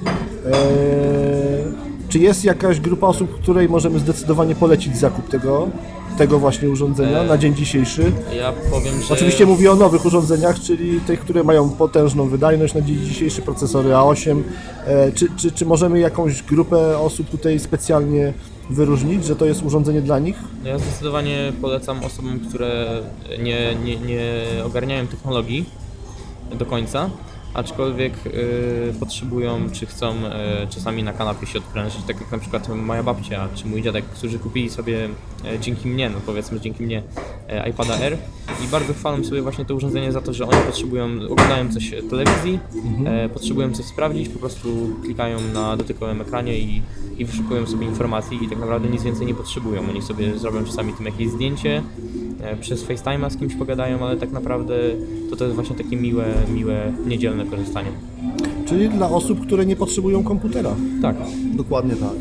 E, czy jest jakaś grupa osób, której możemy zdecydowanie polecić zakup tego, tego właśnie urządzenia E, na dzień dzisiejszy? Ja powiem, że... Oczywiście mówię o nowych urządzeniach, czyli tych, które mają potężną wydajność na dzień dzisiejszy, procesory A osiem. E, czy, czy, czy możemy jakąś grupę osób tutaj specjalnie wyróżnić, że to jest urządzenie dla nich? No ja zdecydowanie polecam osobom, które nie, nie, nie ogarniają technologii do końca, aczkolwiek y, potrzebują czy chcą y, czasami na kanapie się odprężyć, tak jak na przykład moja babcia czy mój dziadek, którzy kupili sobie y, dzięki mnie, no powiedzmy dzięki mnie y, iPada Air i bardzo chwalą sobie właśnie to urządzenie za to, że oni potrzebują, oglądają coś w telewizji, y, potrzebują coś sprawdzić, po prostu klikają na dotykowym ekranie i, i wyszukują sobie informacji i tak naprawdę nic więcej nie potrzebują. Oni sobie zrobią czasami tym jakieś zdjęcie, e, przez FaceTime'a z kimś pogadają, ale tak naprawdę to to jest właśnie takie miłe, miłe, niedzielne korzystanie. Czyli dla osób, które nie potrzebują komputera. Tak, Dokładnie tak.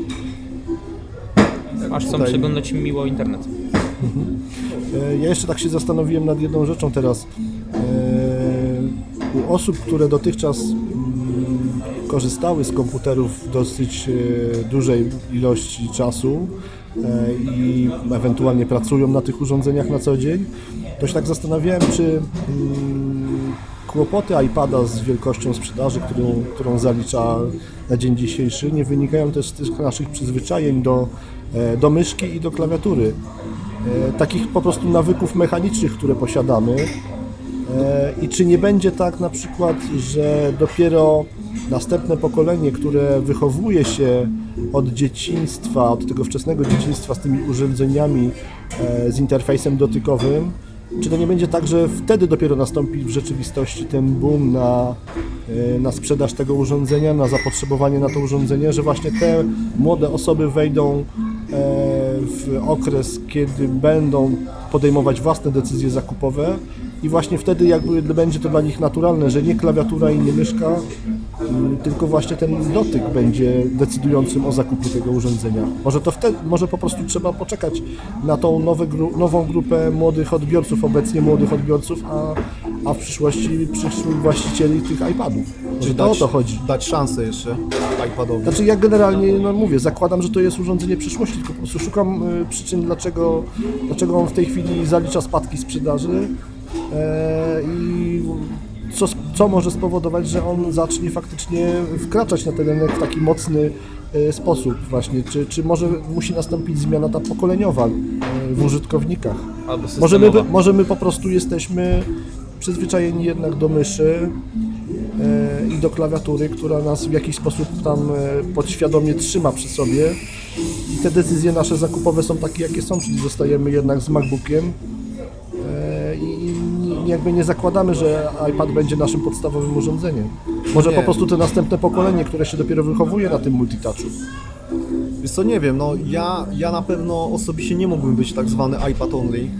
aż chcą Tutaj- przeglądać miło internet. E, Ja jeszcze tak się zastanowiłem nad jedną rzeczą teraz. E, U osób, które dotychczas mm, korzystały z komputerów w dosyć e, dużej ilości czasu e, i ewentualnie pracują na tych urządzeniach na co dzień, to się tak zastanawiałem, czy mm, kłopoty iPada z wielkością sprzedaży, którą, którą zalicza na dzień dzisiejszy, nie wynikają też z tych naszych przyzwyczajeń do, e, do myszki i do klawiatury. E, takich po prostu nawyków mechanicznych, które posiadamy. E, I czy nie będzie tak na przykład, że dopiero następne pokolenie, które wychowuje się od dzieciństwa, od tego wczesnego dzieciństwa z tymi urządzeniami, e, z interfejsem dotykowym, czy to nie będzie tak, że wtedy dopiero nastąpi w rzeczywistości ten boom na, e, na sprzedaż tego urządzenia, na zapotrzebowanie na to urządzenie, że właśnie te młode osoby wejdą e, w okres, kiedy będą podejmować własne decyzje zakupowe i właśnie wtedy jakby będzie to dla nich naturalne, że nie klawiatura i nie myszka, tylko właśnie ten dotyk będzie decydującym o zakupie tego urządzenia. Może to wtedy, może po prostu trzeba poczekać na tą nowe, nową grupę młodych odbiorców, obecnie młodych odbiorców, a, a w przyszłości przyszłych właścicieli tych iPadów. Czyli to o to chodzi. Dać szansę jeszcze iPadowi. Znaczy ja generalnie no mówię, zakładam, że to jest urządzenie przyszłości, tylko po prostu szukam y, przyczyn, dlaczego, dlaczego on w tej chwili zalicza spadki sprzedaży e, i co, co może spowodować, że on zacznie faktycznie wkraczać na ten rynek w taki mocny e, sposób właśnie. Czy, czy może musi nastąpić zmiana ta pokoleniowa e, w użytkownikach? Albo Może my, systemowa. może my po prostu jesteśmy przyzwyczajeni jednak do myszy e, i do klawiatury, która nas w jakiś sposób tam e, podświadomie trzyma przy sobie i te decyzje nasze zakupowe są takie, jakie są, czyli zostajemy jednak z MacBookiem e, i i jakby nie zakładamy, że iPad będzie naszym podstawowym urządzeniem. Może Nie. po prostu to następne pokolenie, które się dopiero wychowuje na tym multitouchu. Wiesz co, nie wiem, no ja, ja na pewno osobiście nie mógłbym być tak zwany iPad only, eee,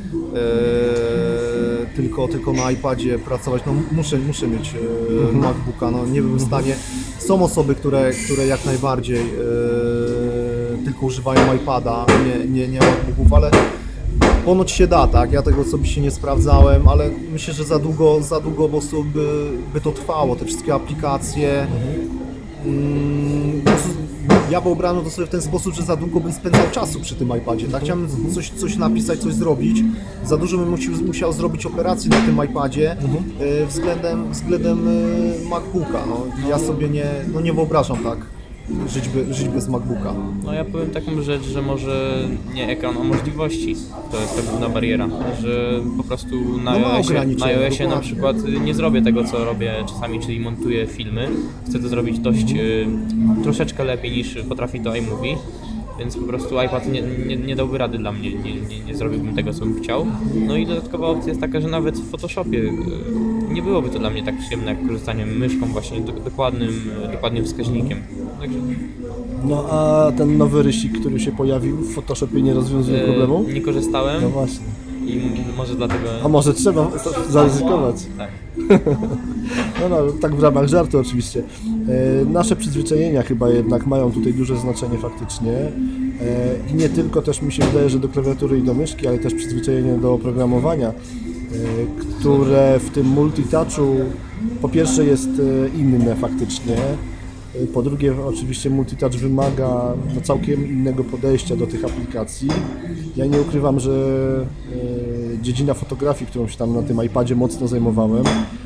tylko, tylko na iPadzie pracować, no muszę, muszę mieć e, MacBooka, no nie byłem w stanie. Są osoby, które, które jak najbardziej e, tylko używają iPada, nie, nie, nie MacBooków, ale ponoć się da, tak? Ja tego osobiście nie sprawdzałem, ale myślę, że za długo, za długo po prostu by, by to trwało, te wszystkie aplikacje. Mm, po prostu ja wyobrażam to sobie w ten sposób, że za długo bym spędzał czasu przy tym iPadzie, tak? Chciałbym coś, coś napisać, coś zrobić, za dużo bym musiał, musiał zrobić operacji na tym iPadzie e, względem, względem e, MacBooka. No, ja sobie nie, no nie wyobrażam tak żyć, by, żyć bez MacBooka. No ja powiem taką rzecz, że może nie ekran, a możliwości. To jest ta główna bariera, że po prostu na No ma iOSie, ograniczenia, na iOSie na dokładnie. przykład nie zrobię tego, co robię czasami, czyli montuję filmy. Chcę to zrobić dość y, troszeczkę lepiej niż potrafi to iMovie. Więc po prostu iPad nie, nie, nie dałby rady dla mnie, nie, nie, nie zrobiłbym tego, co bym chciał. No i dodatkowa opcja jest taka, że nawet w Photoshopie y, nie byłoby to dla mnie tak przyjemne jak korzystanie myszką właśnie do, dokładnym, y, dokładnym wskaźnikiem. Także, No a ten nowy rysik, który się pojawił w Photoshopie, nie rozwiązuje y, problemu? nie korzystałem No właśnie. i m- może dlatego... A może trzeba zaryzykować? Tak. No, no, tak w ramach żartu oczywiście. E, nasze przyzwyczajenia chyba jednak mają tutaj duże znaczenie faktycznie. E, I nie tylko też mi się wydaje, że do klawiatury i do myszki, ale też przyzwyczajenie do oprogramowania, e, które w tym multitouchu po pierwsze jest e, inne faktycznie. E, Po drugie oczywiście multitouch wymaga no, całkiem innego podejścia do tych aplikacji. Ja nie ukrywam, że e, dziedzina fotografii, którą się tam na tym iPadzie mocno zajmowałem,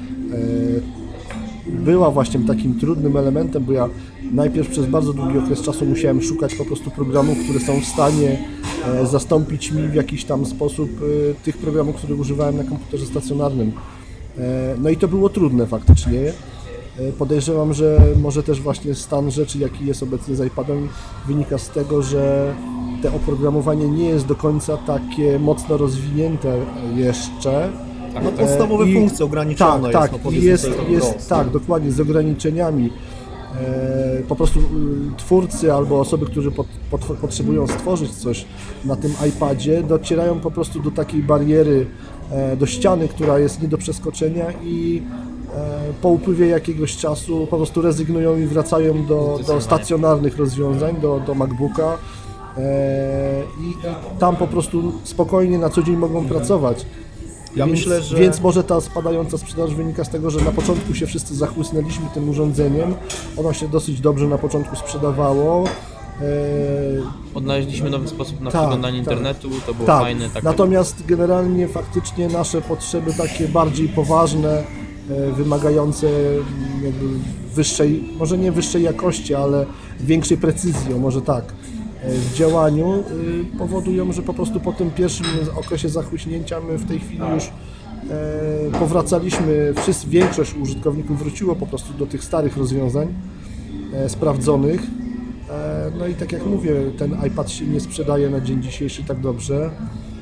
była właśnie takim trudnym elementem, bo ja najpierw przez bardzo długi okres czasu musiałem szukać po prostu programów, które są w stanie e, zastąpić mi w jakiś tam sposób e, tych programów, które używałem na komputerze stacjonarnym. E, no i to było trudne faktycznie. E, podejrzewam, że może też właśnie stan rzeczy, jaki jest obecnie z iPadem, wynika z tego, że te oprogramowanie nie jest do końca takie mocno rozwinięte jeszcze. No podstawowe I- funkcje ograniczone tak, jest, tak, no i powiedzmy jest, sobie to jest wprost. tak, dokładnie, z ograniczeniami. E, po prostu y, twórcy albo osoby, którzy pot, pot, potrzebują stworzyć coś na tym iPadzie, docierają po prostu do takiej bariery, e, do ściany, która jest nie do przeskoczenia i e, po upływie jakiegoś czasu po prostu rezygnują i wracają do, do Zdecydowanie. stacjonarnych rozwiązań, do, do MacBooka e, i, i tam po prostu spokojnie na co dzień mogą pracować. Ja więc, myślę, że... Więc może ta spadająca sprzedaż wynika z tego, że na początku się wszyscy zachłysnęliśmy tym urządzeniem. Ono się dosyć dobrze na początku sprzedawało. Eee, Odnaleźliśmy nowy sposób na Tak, przeglądanie tak. internetu, to było tak, fajne. Tak, natomiast generalnie faktycznie nasze potrzeby takie bardziej poważne, e, wymagające mm, jakby wyższej, może nie wyższej jakości, ale większej precyzji, o może tak, e, w działaniu y, powodują, że po prostu po tym pierwszym okresie zachłyśnięcia my w tej chwili już e, powracaliśmy, wszyscy, większość użytkowników wróciło po prostu do tych starych rozwiązań e, sprawdzonych. E, No i tak jak mówię, ten iPad się nie sprzedaje na dzień dzisiejszy tak dobrze. E,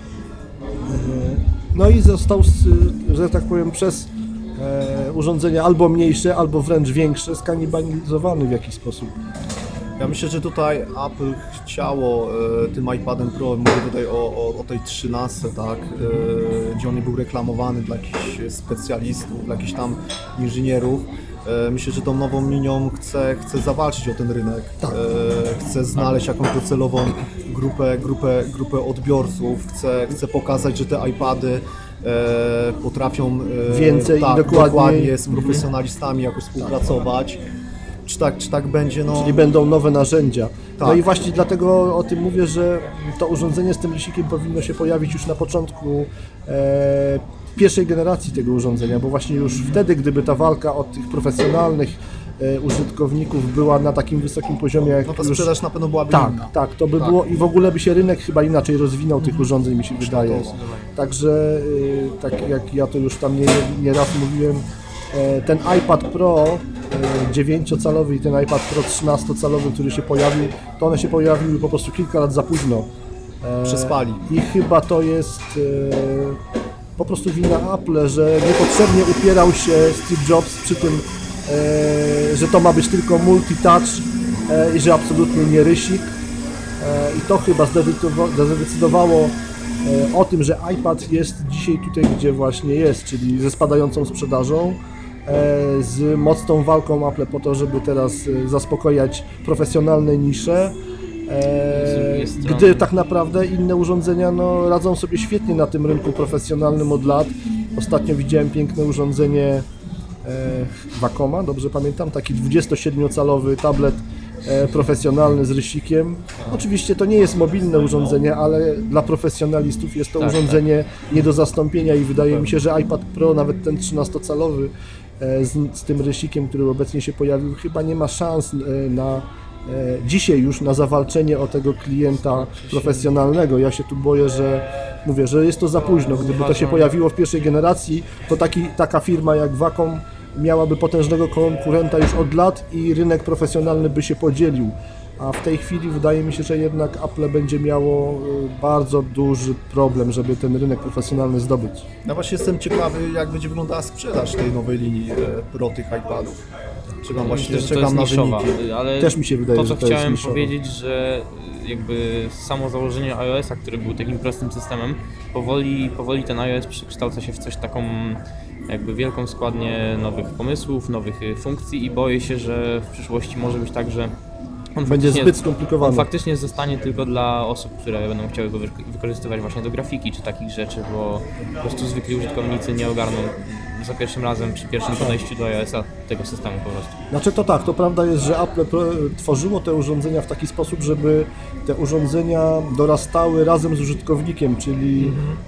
No i został, że tak powiem, przez e, urządzenia albo mniejsze, albo wręcz większe, skanibalizowany w jakiś sposób. Ja myślę, że tutaj Apple chciało e, tym iPadem Pro, mówię tutaj o, o, o tej trzynastce, tak, e, gdzie on nie był reklamowany dla jakichś specjalistów, dla jakichś tam inżynierów. E, myślę, że tą nową linią chce, chce zawalczyć o ten rynek, Tak. e, chce znaleźć jakąś docelową grupę, grupę, grupę odbiorców, chce, chce pokazać, że te iPady e, potrafią e, Więcej i tak, dokładniej. dokładnie z profesjonalistami jakoś współpracować. Czy tak, czy tak będzie? No... Czyli będą nowe narzędzia. No Tak. i właśnie dlatego o tym mówię, że to urządzenie z tym lisikiem powinno się pojawić już na początku e, pierwszej generacji tego urządzenia, bo właśnie już wtedy, gdyby ta walka od tych profesjonalnych e, użytkowników była na takim wysokim poziomie, jak No ta już... sprzedaż na pewno byłaby Tak, inna. tak, to by Tak. było i w ogóle by się rynek chyba inaczej rozwinął tych urządzeń, mi się wydaje. Kształtowo. Także y, tak jak ja to już tam nie, nie raz mówiłem, e, ten iPad Pro e, dziewięciocalowy i ten iPad Pro trzynastocalowy, który się pojawił, to one się pojawiły po prostu kilka lat za późno. E, Przespali. I chyba to jest e, po prostu wina Apple, że niepotrzebnie upierał się Steve Jobs przy tym, e, że to ma być tylko multi-touch e, i że absolutnie nie rysik. E, I to chyba zdecydowa- zadecydowało e, o tym, że iPad jest dzisiaj tutaj, gdzie właśnie jest, czyli ze spadającą sprzedażą, e, z mocną walką Apple po to, żeby teraz e, zaspokojać profesjonalne nisze. Z drugiej E, strony- gdy tak naprawdę inne urządzenia no, radzą sobie świetnie na tym rynku profesjonalnym od lat. Ostatnio widziałem piękne urządzenie e, Wacoma, dobrze pamiętam, taki dwudziestosiedmiocalowy tablet e, profesjonalny z rysikiem. Oczywiście to nie jest mobilne urządzenie, ale dla profesjonalistów jest to Tak, urządzenie nie do zastąpienia i wydaje mi się, że iPad Pro, nawet ten trzynastocalowy e, z, z tym rysikiem, który obecnie się pojawił, chyba nie ma szans e, na e, dzisiaj już na zawalczenie o tego klienta profesjonalnego. Ja się tu boję, że mówię, że jest to za późno. Gdyby to się pojawiło w pierwszej generacji, to taki, taka firma jak Wacom miałaby potężnego konkurenta już od lat i rynek profesjonalny by się podzielił. A w tej chwili wydaje mi się, że jednak Apple będzie miało e, bardzo duży problem, żeby ten rynek profesjonalny zdobyć. Ja właśnie jestem ciekawy, jak będzie wyglądała sprzedaż tej nowej linii e, Pro tych iPadów. Czekam właśnie, Myślę, że to czekam jest na niszowa, wyniki. ale Też mi się wydaje, to, co że to jest chciałem niszowa. powiedzieć, że jakby samo założenie iOS-a, który był takim prostym systemem, powoli, powoli ten iOS przekształca się w coś taką jakby wielką składnię nowych pomysłów, nowych y, funkcji i boję się, że w przyszłości może być tak, że on Będzie faktycznie- zbyt skomplikowany. On faktycznie zostanie tylko dla osób, które będą chciały go wy- wykorzystywać właśnie do grafiki czy takich rzeczy, bo po prostu zwykli użytkownicy nie ogarną za pierwszym razem przy pierwszym podejściu do iOS-a tego systemu po prostu. Znaczy to tak, to prawda jest, że Apple pro- tworzyło te urządzenia w taki sposób, żeby te urządzenia dorastały razem z użytkownikiem, czyli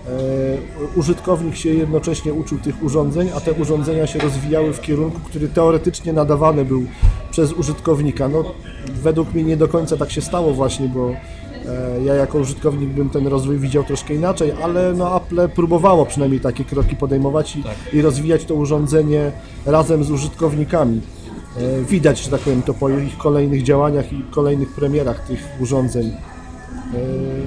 e, użytkownik się jednocześnie uczył tych urządzeń, a te urządzenia się rozwijały w kierunku, który teoretycznie nadawany był przez użytkownika. No, według mnie nie do końca tak się stało właśnie, bo e, ja jako użytkownik bym ten rozwój widział troszkę inaczej, ale no Apple próbowało przynajmniej takie kroki podejmować i, Tak. i rozwijać to urządzenie razem z użytkownikami. E, Widać, że tak powiem, to po ich kolejnych działaniach i kolejnych premierach tych urządzeń. E,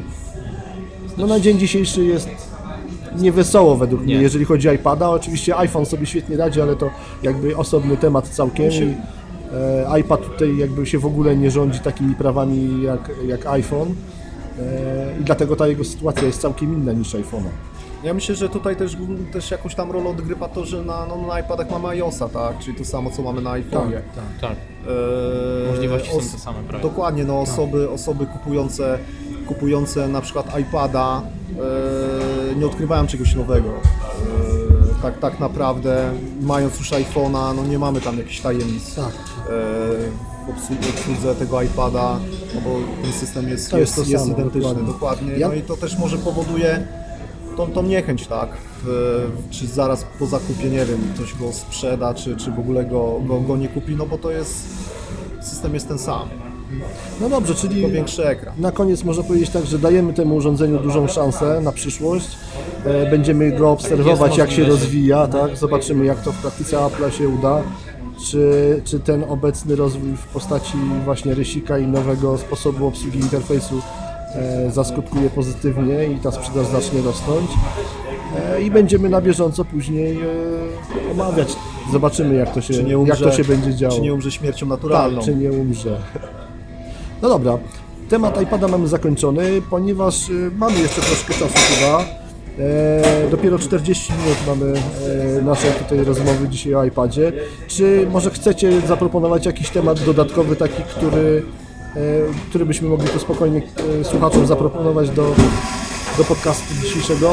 No na dzień dzisiejszy jest niewesoło według mnie, Nie. jeżeli chodzi o iPada. Oczywiście iPhone sobie świetnie radzi, ale to jakby osobny temat całkiem. I, e, iPad tutaj jakby się w ogóle nie rządzi takimi prawami jak, jak iPhone. E, I dlatego ta jego sytuacja jest całkiem inna niż iPhone'a. Ja myślę, że tutaj też, też jakąś tam rolę odgrywa to, że na, no, na iPadach mamy iOS-a, tak? Czyli to samo, co mamy na iPhone'ie. Tak, Eee, możliwości są os- te same prawie. Dokładnie, no osoby, osoby kupujące, kupujące na przykład iPada eee, nie odkrywają czegoś nowego. Eee, tak, tak naprawdę, mając już iPhone'a, no nie mamy tam jakichś tajemnic. Tak. Eee, w obsłudze, obsłudze tego iPada, no bo ten system jest, To jest jest, to jest samo, identyczny, dokładnie. dokładnie. Ja- No i to też może powoduje tą, tą niechęć, tak? W, czy zaraz po zakupie, nie wiem, ktoś go sprzeda, czy, czy w ogóle go, go, go nie kupi, no bo to jest, system jest ten sam, No dobrze, tylko czyli większy ekran. na koniec można powiedzieć tak, że dajemy temu urządzeniu dużą szansę na przyszłość. E, Będziemy go obserwować, Jest jak się możliwe, że- rozwija, tak? Zobaczymy, jak to w praktyce Apple'a się uda. czy, czy ten obecny rozwój w postaci właśnie rysika i nowego sposobu obsługi interfejsu e, zaskutkuje pozytywnie i ta sprzedaż zacznie rosnąć. E, I będziemy na bieżąco później e, omawiać. Zobaczymy, jak to się, Czy nie umrze, jak to się będzie działo. Czy nie umrze śmiercią naturalną. Tak, czy nie umrze. No dobra, temat iPada mamy zakończony, ponieważ y, mamy jeszcze troszkę czasu chyba. E, dopiero czterdzieści minut mamy e, naszej tutaj rozmowy dzisiaj o iPadzie. Czy może chcecie zaproponować jakiś temat dodatkowy, taki, który, e, który byśmy mogli tu spokojnie e, słuchaczom zaproponować do, do podcastu dzisiejszego?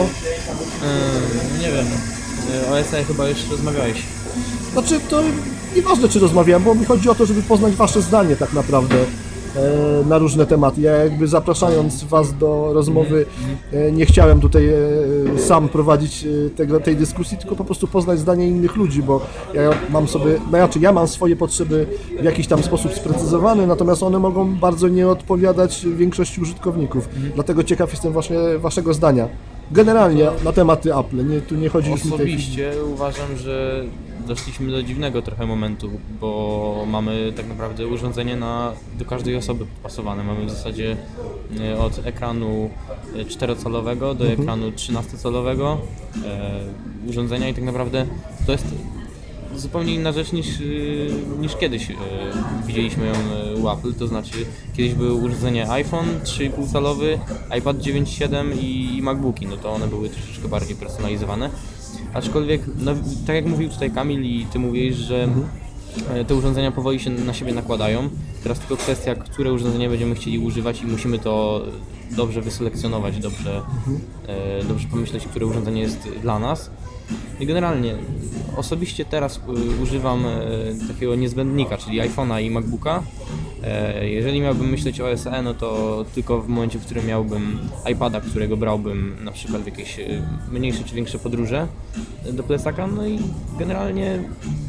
Yy, nie wiem, yy, o S A chyba już rozmawiałeś. Znaczy, to nieważne, czy rozmawiałem, bo mi chodzi o to, żeby poznać wasze zdanie tak naprawdę e, na różne tematy. Ja jakby zapraszając was do rozmowy, e, nie chciałem tutaj e, sam prowadzić e, tego, tej dyskusji, tylko po prostu poznać zdanie innych ludzi, bo ja mam sobie, znaczy ja mam swoje potrzeby w jakiś tam sposób sprecyzowane, natomiast one mogą bardzo nie odpowiadać większości użytkowników. Dlatego ciekaw jestem właśnie waszego zdania. Generalnie na tematy Apple, nie, tu nie chodzi już mi tej chwili. Osobiście uważam, że doszliśmy do dziwnego trochę momentu, bo mamy tak naprawdę urządzenie na, do każdej osoby podpasowane. Mamy w zasadzie e, od ekranu czterocalowego do Mhm. ekranu trzynastocalowego e, urządzenia i tak naprawdę to jest zupełnie inna rzecz niż, y, niż kiedyś y, widzieliśmy ją y, u Apple, to znaczy kiedyś były urządzenie iPhone trzy i pół calowy, iPad dziewięć siedem i, i MacBooki, no to one były troszeczkę bardziej personalizowane. Aczkolwiek, no, tak jak mówił tutaj Kamil i ty mówiłeś, że Mhm. y, te urządzenia powoli się na siebie nakładają. Teraz tylko kwestia, które urządzenie będziemy chcieli używać i musimy to dobrze wyselekcjonować, dobrze, y, dobrze pomyśleć, które urządzenie jest dla nas. I generalnie osobiście teraz y, używam y, takiego niezbędnika, czyli iPhone'a i MacBooka. E, jeżeli miałbym myśleć o S E, no to tylko w momencie, w którym miałbym iPada, którego brałbym na przykład w jakieś y, mniejsze czy większe podróże y, do plecaka. No i generalnie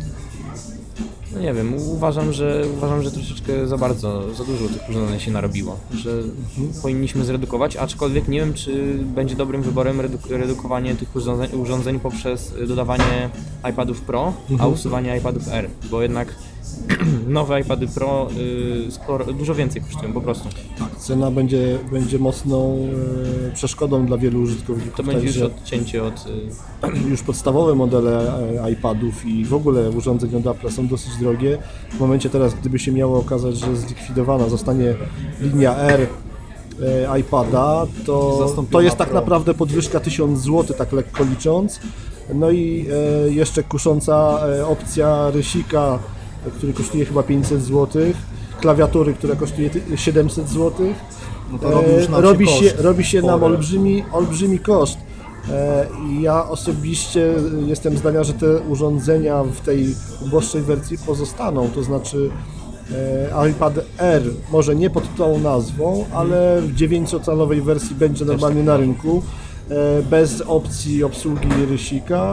no nie wiem, uważam, że uważam, że troszeczkę za bardzo, za dużo tych urządzeń się narobiło, że powinniśmy zredukować, aczkolwiek nie wiem, czy będzie dobrym wyborem reduk- redukowanie tych urządzeń, urządzeń poprzez dodawanie iPadów Pro, a usuwanie iPadów R, bo jednak nowe iPady Pro y, sporo, dużo więcej kosztują po prostu. Cena będzie, będzie mocną e, przeszkodą dla wielu użytkowników. To będzie już także odcięcie od... Y, już podstawowe modele e, iPadów i w ogóle urządzeń od Apple są dosyć drogie. W momencie teraz, gdyby się miało okazać, że zlikwidowana zostanie linia R e, iPada, to, Zastąpiona to jest tak Pro. naprawdę podwyżka tysiąc złotych, tak lekko licząc. No i e, jeszcze kusząca e, opcja rysika, który kosztuje chyba pięćset złotych, klawiatury, która kosztuje ty- siedemset złotych. No to robi już nam robi się się, koszt robi się nam spory. olbrzymi, olbrzymi koszt. E, I ja osobiście jestem zdania, że te urządzenia w tej uboższej wersji pozostaną, to znaczy e, iPad R może nie pod tą nazwą, ale w dziewięciocalowej wersji będzie normalnie na rynku, e, bez opcji obsługi rysika.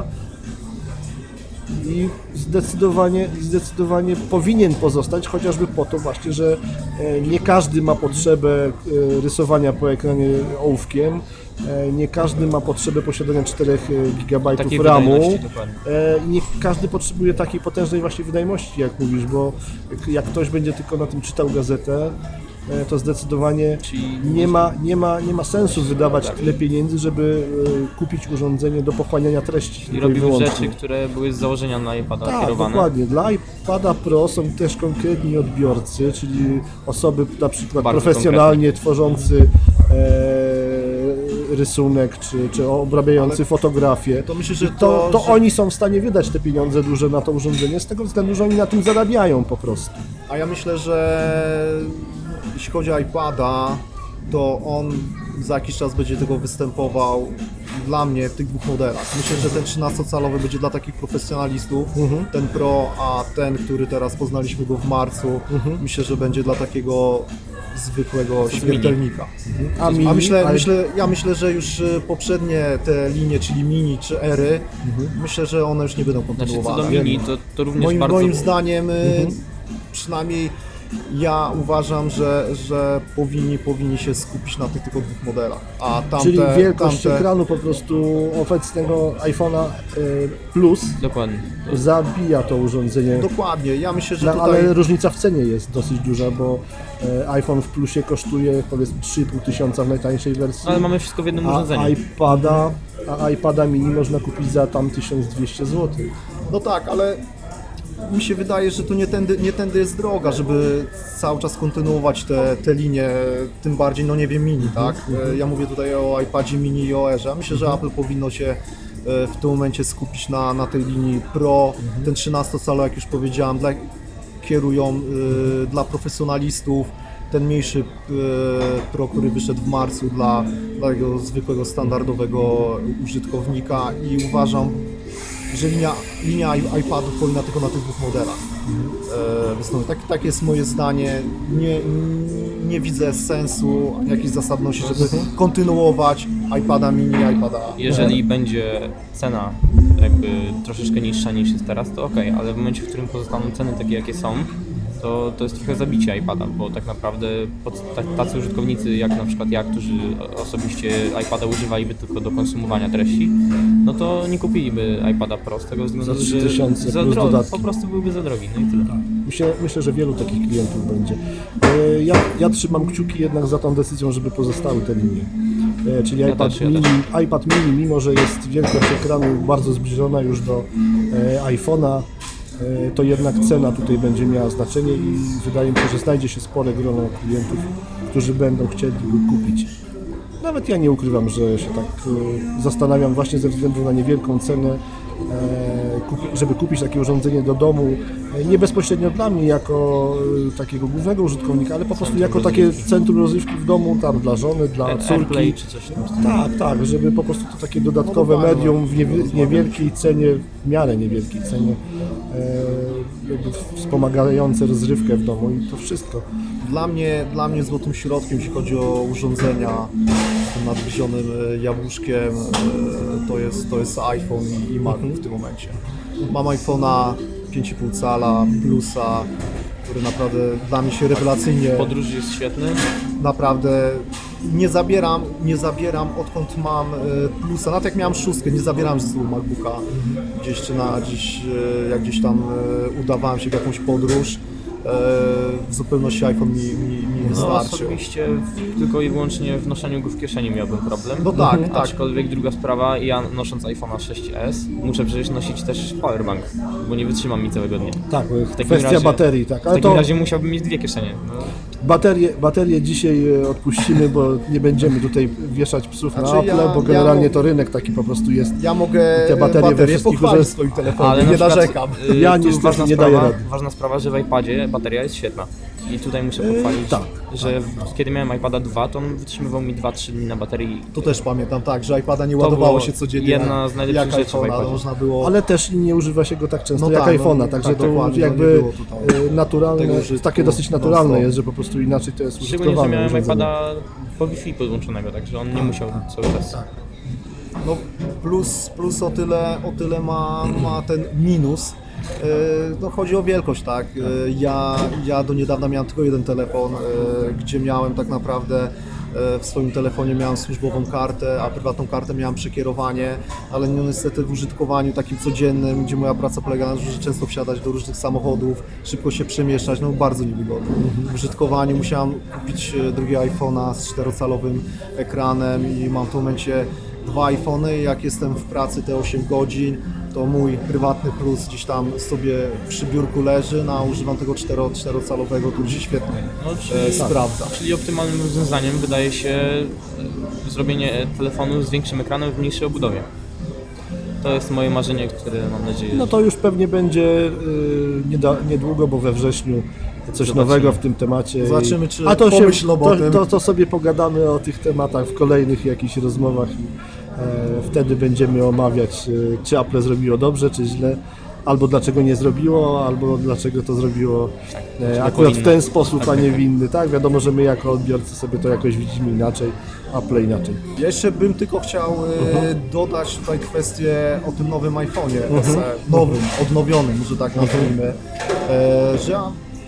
I zdecydowanie, zdecydowanie powinien pozostać, chociażby po to właśnie, że e, nie każdy ma potrzebę e, rysowania po ekranie ołówkiem, e, nie każdy ma potrzebę posiadania czterech gigabajtów takiej ramu, wydajności, dokładnie. e, i nie każdy potrzebuje takiej potężnej właśnie wydajności, jak mówisz, bo jak- jak ktoś będzie tylko na tym czytał gazetę, e, to zdecydowanie Czyli- nie ma, nie ma, nie ma sensu wydawać tyle pieniędzy, żeby e, kupić urządzenie do pochłaniania treści. I tylko i robimy wyłącznie. rzeczy, które były z założenia na iPada Tak, kierowane. dokładnie. Dla iPada Pro są też konkretni odbiorcy, czyli osoby na przykład Bardzo profesjonalnie tworzący e, rysunek, czy, czy obrabiający Ale fotografię. to myślę, że I to, to, to że- oni są w stanie wydać te pieniądze duże na to urządzenie, z tego względu, że oni na tym zarabiają po prostu. A ja myślę, że jeśli chodzi o iPada, to on za jakiś czas będzie tego występował dla mnie w tych dwóch modelach. Myślę, że ten trzynastocalowy będzie dla takich profesjonalistów, ten Pro, a ten, który teraz poznaliśmy go w marcu, myślę, że będzie dla takiego zwykłego jest śmiertelnika. A, mini, A myślę, ale- myślę, ja myślę, że już y, poprzednie te linie, czyli mini czy ery, myślę, że one już nie będą Znaczy co kontynuowane. do mini, to, to również Moim, bardzo... moim zdaniem y, przynajmniej Ja uważam, że, że powinni, powinni się skupić na tych tylko dwóch modelach, a tamte... Czyli wielkość tamte... ekranu po prostu obecnego iPhone'a y, Plus Dokładnie. zabija to urządzenie. Dokładnie, ja myślę, że No, tutaj... ale różnica w cenie jest dosyć duża, bo e, iPhone w Plusie kosztuje powiedzmy trzy i pół tysiąca w najtańszej wersji, No, ale mamy wszystko w jednym a urządzeniu. iPada, a iPada mini można kupić za tam tysiąc dwieście złotych. No tak, ale mi się wydaje, że to nie tędy, nie tędy jest droga, żeby cały czas kontynuować te, te linie, tym bardziej, no nie wiem, mini, tak? E, Ja mówię tutaj o iPadzie mini i o Airze. Ja myślę, że Apple powinno się e, w tym momencie skupić na, na tej linii Pro, ten trzynastocalowy, jak już powiedziałem, dla, kierują e, dla profesjonalistów, ten mniejszy e, Pro, który wyszedł w marcu dla, dla tego zwykłego, standardowego użytkownika i uważam, że linia, linia iPadów powinna tylko na tych dwóch modelach e, wystąpić. Tak, tak jest moje zdanie. Nie, nie widzę sensu, jakiejś zasadności, żeby kontynuować iPada mini, iPada. Jeżeli będzie cena jakby troszeczkę niższa niż jest teraz, to okej, ale w momencie, w którym pozostaną ceny takie, jakie są, to, to jest trochę zabicie iPada, bo tak naprawdę pod, tak, tacy użytkownicy jak na przykład ja, którzy osobiście iPada używaliby tylko do konsumowania treści, no to nie kupiliby iPada Pro z tego względu, Za trzy że tysiące za plus drogi, dodatki. po prostu byłby za drogi, no i tyle. Myślę, myślę, że wielu takich klientów będzie. E, Ja, ja trzymam kciuki jednak za tą decyzją, żeby pozostały te linie. E, Czyli Ja iPad, też, ja mini, też. iPad mini, mimo że jest wielkość ekranu bardzo zbliżona już do e, iPhone'a, e, to jednak cena tutaj będzie miała znaczenie i wydaje mi się, że znajdzie się spore grono klientów, którzy będą chcieli go kupić. Nawet ja nie ukrywam, że się tak e, zastanawiam właśnie ze względu na niewielką cenę, e, kupi, żeby kupić takie urządzenie do domu, e, nie bezpośrednio dla mnie jako e, takiego głównego użytkownika, ale po prostu jako takie centrum rozrywki w domu, tam dla żony, dla AirPlay córki. czy coś tam. Tak, tak, żeby po prostu to takie dodatkowe No dokładnie. medium w niewi- niewielkiej cenie, w miarę niewielkiej cenie, e, jakby wspomagające rozrywkę w domu i to wszystko. Dla mnie, dla mnie złotym środkiem, jeśli chodzi o urządzenia z tym nadgryzionym e, jabłuszkiem, e, to jest, to jest iPhone i, i Mac w tym momencie. Mam iPhone'a pięć i pół cala, Plusa, który naprawdę dla mnie się rewelacyjnie, Podróż jest świetny. naprawdę nie zabieram, nie zabieram odkąd mam e, Plusa, nawet jak miałem szóstkę, nie zabierałem ze sobą MacBooka gdzieś czy na gdzieś, e, jak gdzieś tam e, udawałem się w jakąś podróż. W zupełności iPhone mi, mi, mi No wystarczy. osobiście w, tylko i wyłącznie w noszeniu go w kieszeni miałbym problem. No tak, tak. Aczkolwiek druga sprawa, ja nosząc iPhone'a sześć S muszę przecież nosić też powerbank, bo nie wytrzymam mi całego dnia. Tak, takim kwestia razie- baterii, tak. W Ale takim to razie musiałbym mieć dwie kieszenie. No, baterie, baterie dzisiaj e, odpuścimy, bo nie będziemy tutaj wieszać psów Znaczy na Apple, ja- bo ja generalnie mo- to rynek taki po prostu jest. Ja mogę I te baterie we baterie wszystkich pochwalić w urząd- swoim telefonie, ale nie na przykład, narzekam. y, Ja tu niestety ważna nie sprawa, daję rady. ważna sprawa, że w iPadzie bateria jest świetna. I tutaj muszę pochwalić, tak, że w- kiedy miałem iPada dwa, to on wytrzymywał mi dwa trzy dni na baterii. To też pamiętam, tak, że iPada nie To ładowało było się codziennie. jedna z najlepszych jak rzeczy w iPhone'a, iPadzie. można było... Ale też nie używa się go tak często No jak tak, no, iPhone'a, także tak, to dokładnie, no jakby nie było tutaj e, naturalne, tego użytku takie dosyć non naturalne stop. jest, że po prostu inaczej to jest Szczególnie, że użytkowane miałem urządzenie. iPada po Wi-Fi podłączonego, także on nie musiał cały czas. No plus, plus o tyle, o tyle ma, ma ten minus. E, No chodzi o wielkość, tak. E, Ja, ja do niedawna miałem tylko jeden telefon, e, gdzie miałem tak naprawdę e, w swoim telefonie miałem służbową kartę, a prywatną kartę miałem przekierowanie, ale no niestety w użytkowaniu takim codziennym, gdzie moja praca polega na tym, że często wsiadać do różnych samochodów, szybko się przemieszczać, no bardzo niewygodnie. W użytkowaniu musiałem kupić e, drugiego iPhone'a z czterocalowym ekranem i mam w tym momencie dwa iPhony, jak jestem w pracy te osiem godzin, to mój prywatny Plus gdzieś tam sobie przy biurku leży, no, a używam tego cztero, czterocalowego, który się świetnie No, e, czyli, sprawdza. czyli optymalnym rozwiązaniem wydaje się e, zrobienie telefonu z większym ekranem w mniejszej obudowie. To jest moje marzenie, które mam nadzieję, No to już pewnie będzie y, nieda, niedługo, bo we wrześniu coś Zobaczymy. nowego w tym temacie. Zobaczymy, czy A to, się, pomyśl o to, tym. to, to sobie pogadamy o tych tematach w kolejnych jakichś rozmowach i e, wtedy będziemy omawiać, e, czy Apple zrobiło dobrze, czy źle, albo dlaczego nie zrobiło, albo dlaczego to zrobiło e, akurat powinno. w ten sposób, a nie w inny. Tak, wiadomo, że my jako odbiorcy sobie to jakoś widzimy inaczej, Apple inaczej. Ja jeszcze bym tylko chciał e, dodać tutaj kwestię o tym nowym iPhone'ie S E, nowym, odnowionym, może tak nazwijmy, e, że ja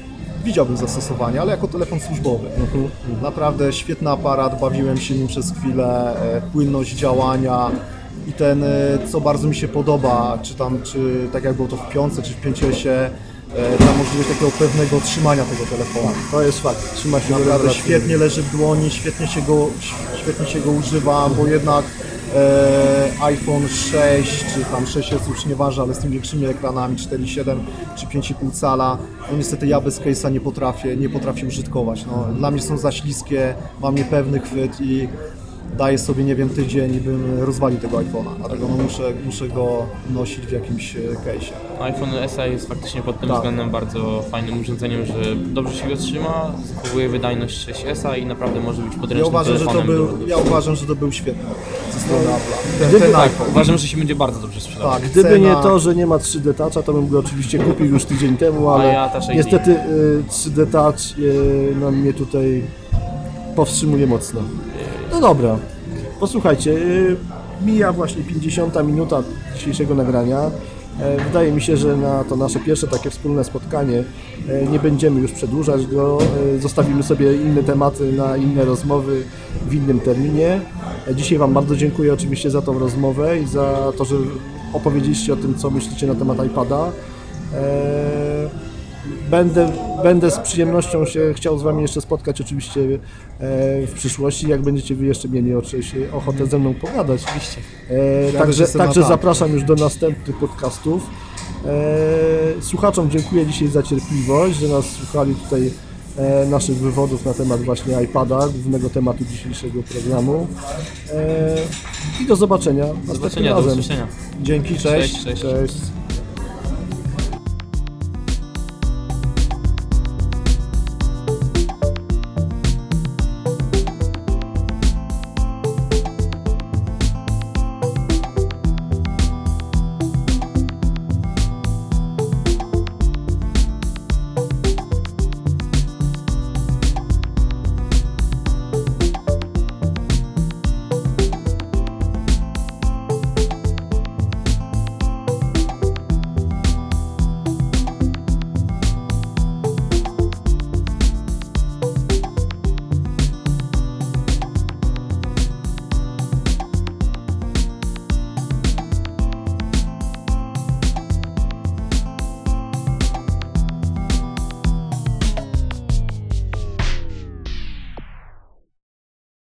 widziałbym zastosowanie, ale jako telefon służbowy. Naprawdę świetny aparat, bawiłem się nim przez chwilę, e, płynność działania i ten, e, co bardzo mi się podoba, czy tam, czy tak jak było to w piątce, czy w pięć S, e, ta możliwość takiego pewnego trzymania tego telefonu. To jest fakt, trzyma się Naprawdę rewelacyjnie. świetnie leży w dłoni, świetnie się go, świetnie się go używa, bo jednak e, iPhone sześć czy tam sześć S już nieważne, ale z tymi większymi ekranami cztery przecinek siedem czy pięć i pół cala, no niestety ja bez case'a nie potrafię, nie potrafię użytkować. No, dla mnie są za śliskie, mam niepewny chwyt i daję sobie, nie wiem, tydzień i bym rozwalił tego iPhone'a, dlatego no, muszę, muszę go nosić w jakimś e, case'ie. iPhone S E jest faktycznie pod tym Tak. względem bardzo fajnym urządzeniem, że dobrze się go trzyma, zachowuje wydajność sześć S i naprawdę może być podręcznym Ja uważam, że to telefonem. był, do- ja uważam, że to był świetny ze strony Apple'a. Ten, Gdyby ten Tak, iPhone. uważam, że się będzie bardzo dobrze sprzedawał. Tak, Gdyby cena- nie to, że nie ma trzy D Toucha, to bym go oczywiście kupił już tydzień temu, ale ja Touch I D. niestety y, trzy D Touch y, no, mnie tutaj powstrzymuje mocno. No dobra, posłuchajcie, y, mija właśnie pięćdziesiąta minuta dzisiejszego nagrania. E, Wydaje mi się, że na to nasze pierwsze takie wspólne spotkanie e, nie będziemy już przedłużać go, e, zostawimy sobie inne tematy na inne rozmowy w innym terminie. E, Dzisiaj Wam bardzo dziękuję oczywiście za tą rozmowę i za to, że opowiedzieliście o tym, co myślicie na temat iPada. E, Będę, będę z przyjemnością się chciał z Wami jeszcze spotkać oczywiście e, w przyszłości, jak będziecie Wy jeszcze mieli oczywiście ochotę ze mną pogadać. Oczywiście. E, Ja także też jestem także na tak. zapraszam już do następnych podcastów. E, słuchaczom dziękuję dzisiaj za cierpliwość, że nas słuchali tutaj e, naszych wywodów na temat właśnie iPada, głównego tematu dzisiejszego programu. E, I do zobaczenia Do następnym zobaczenia, do razem. usłyszenia. Dzięki, cześć. Cześć, cześć. Cześć.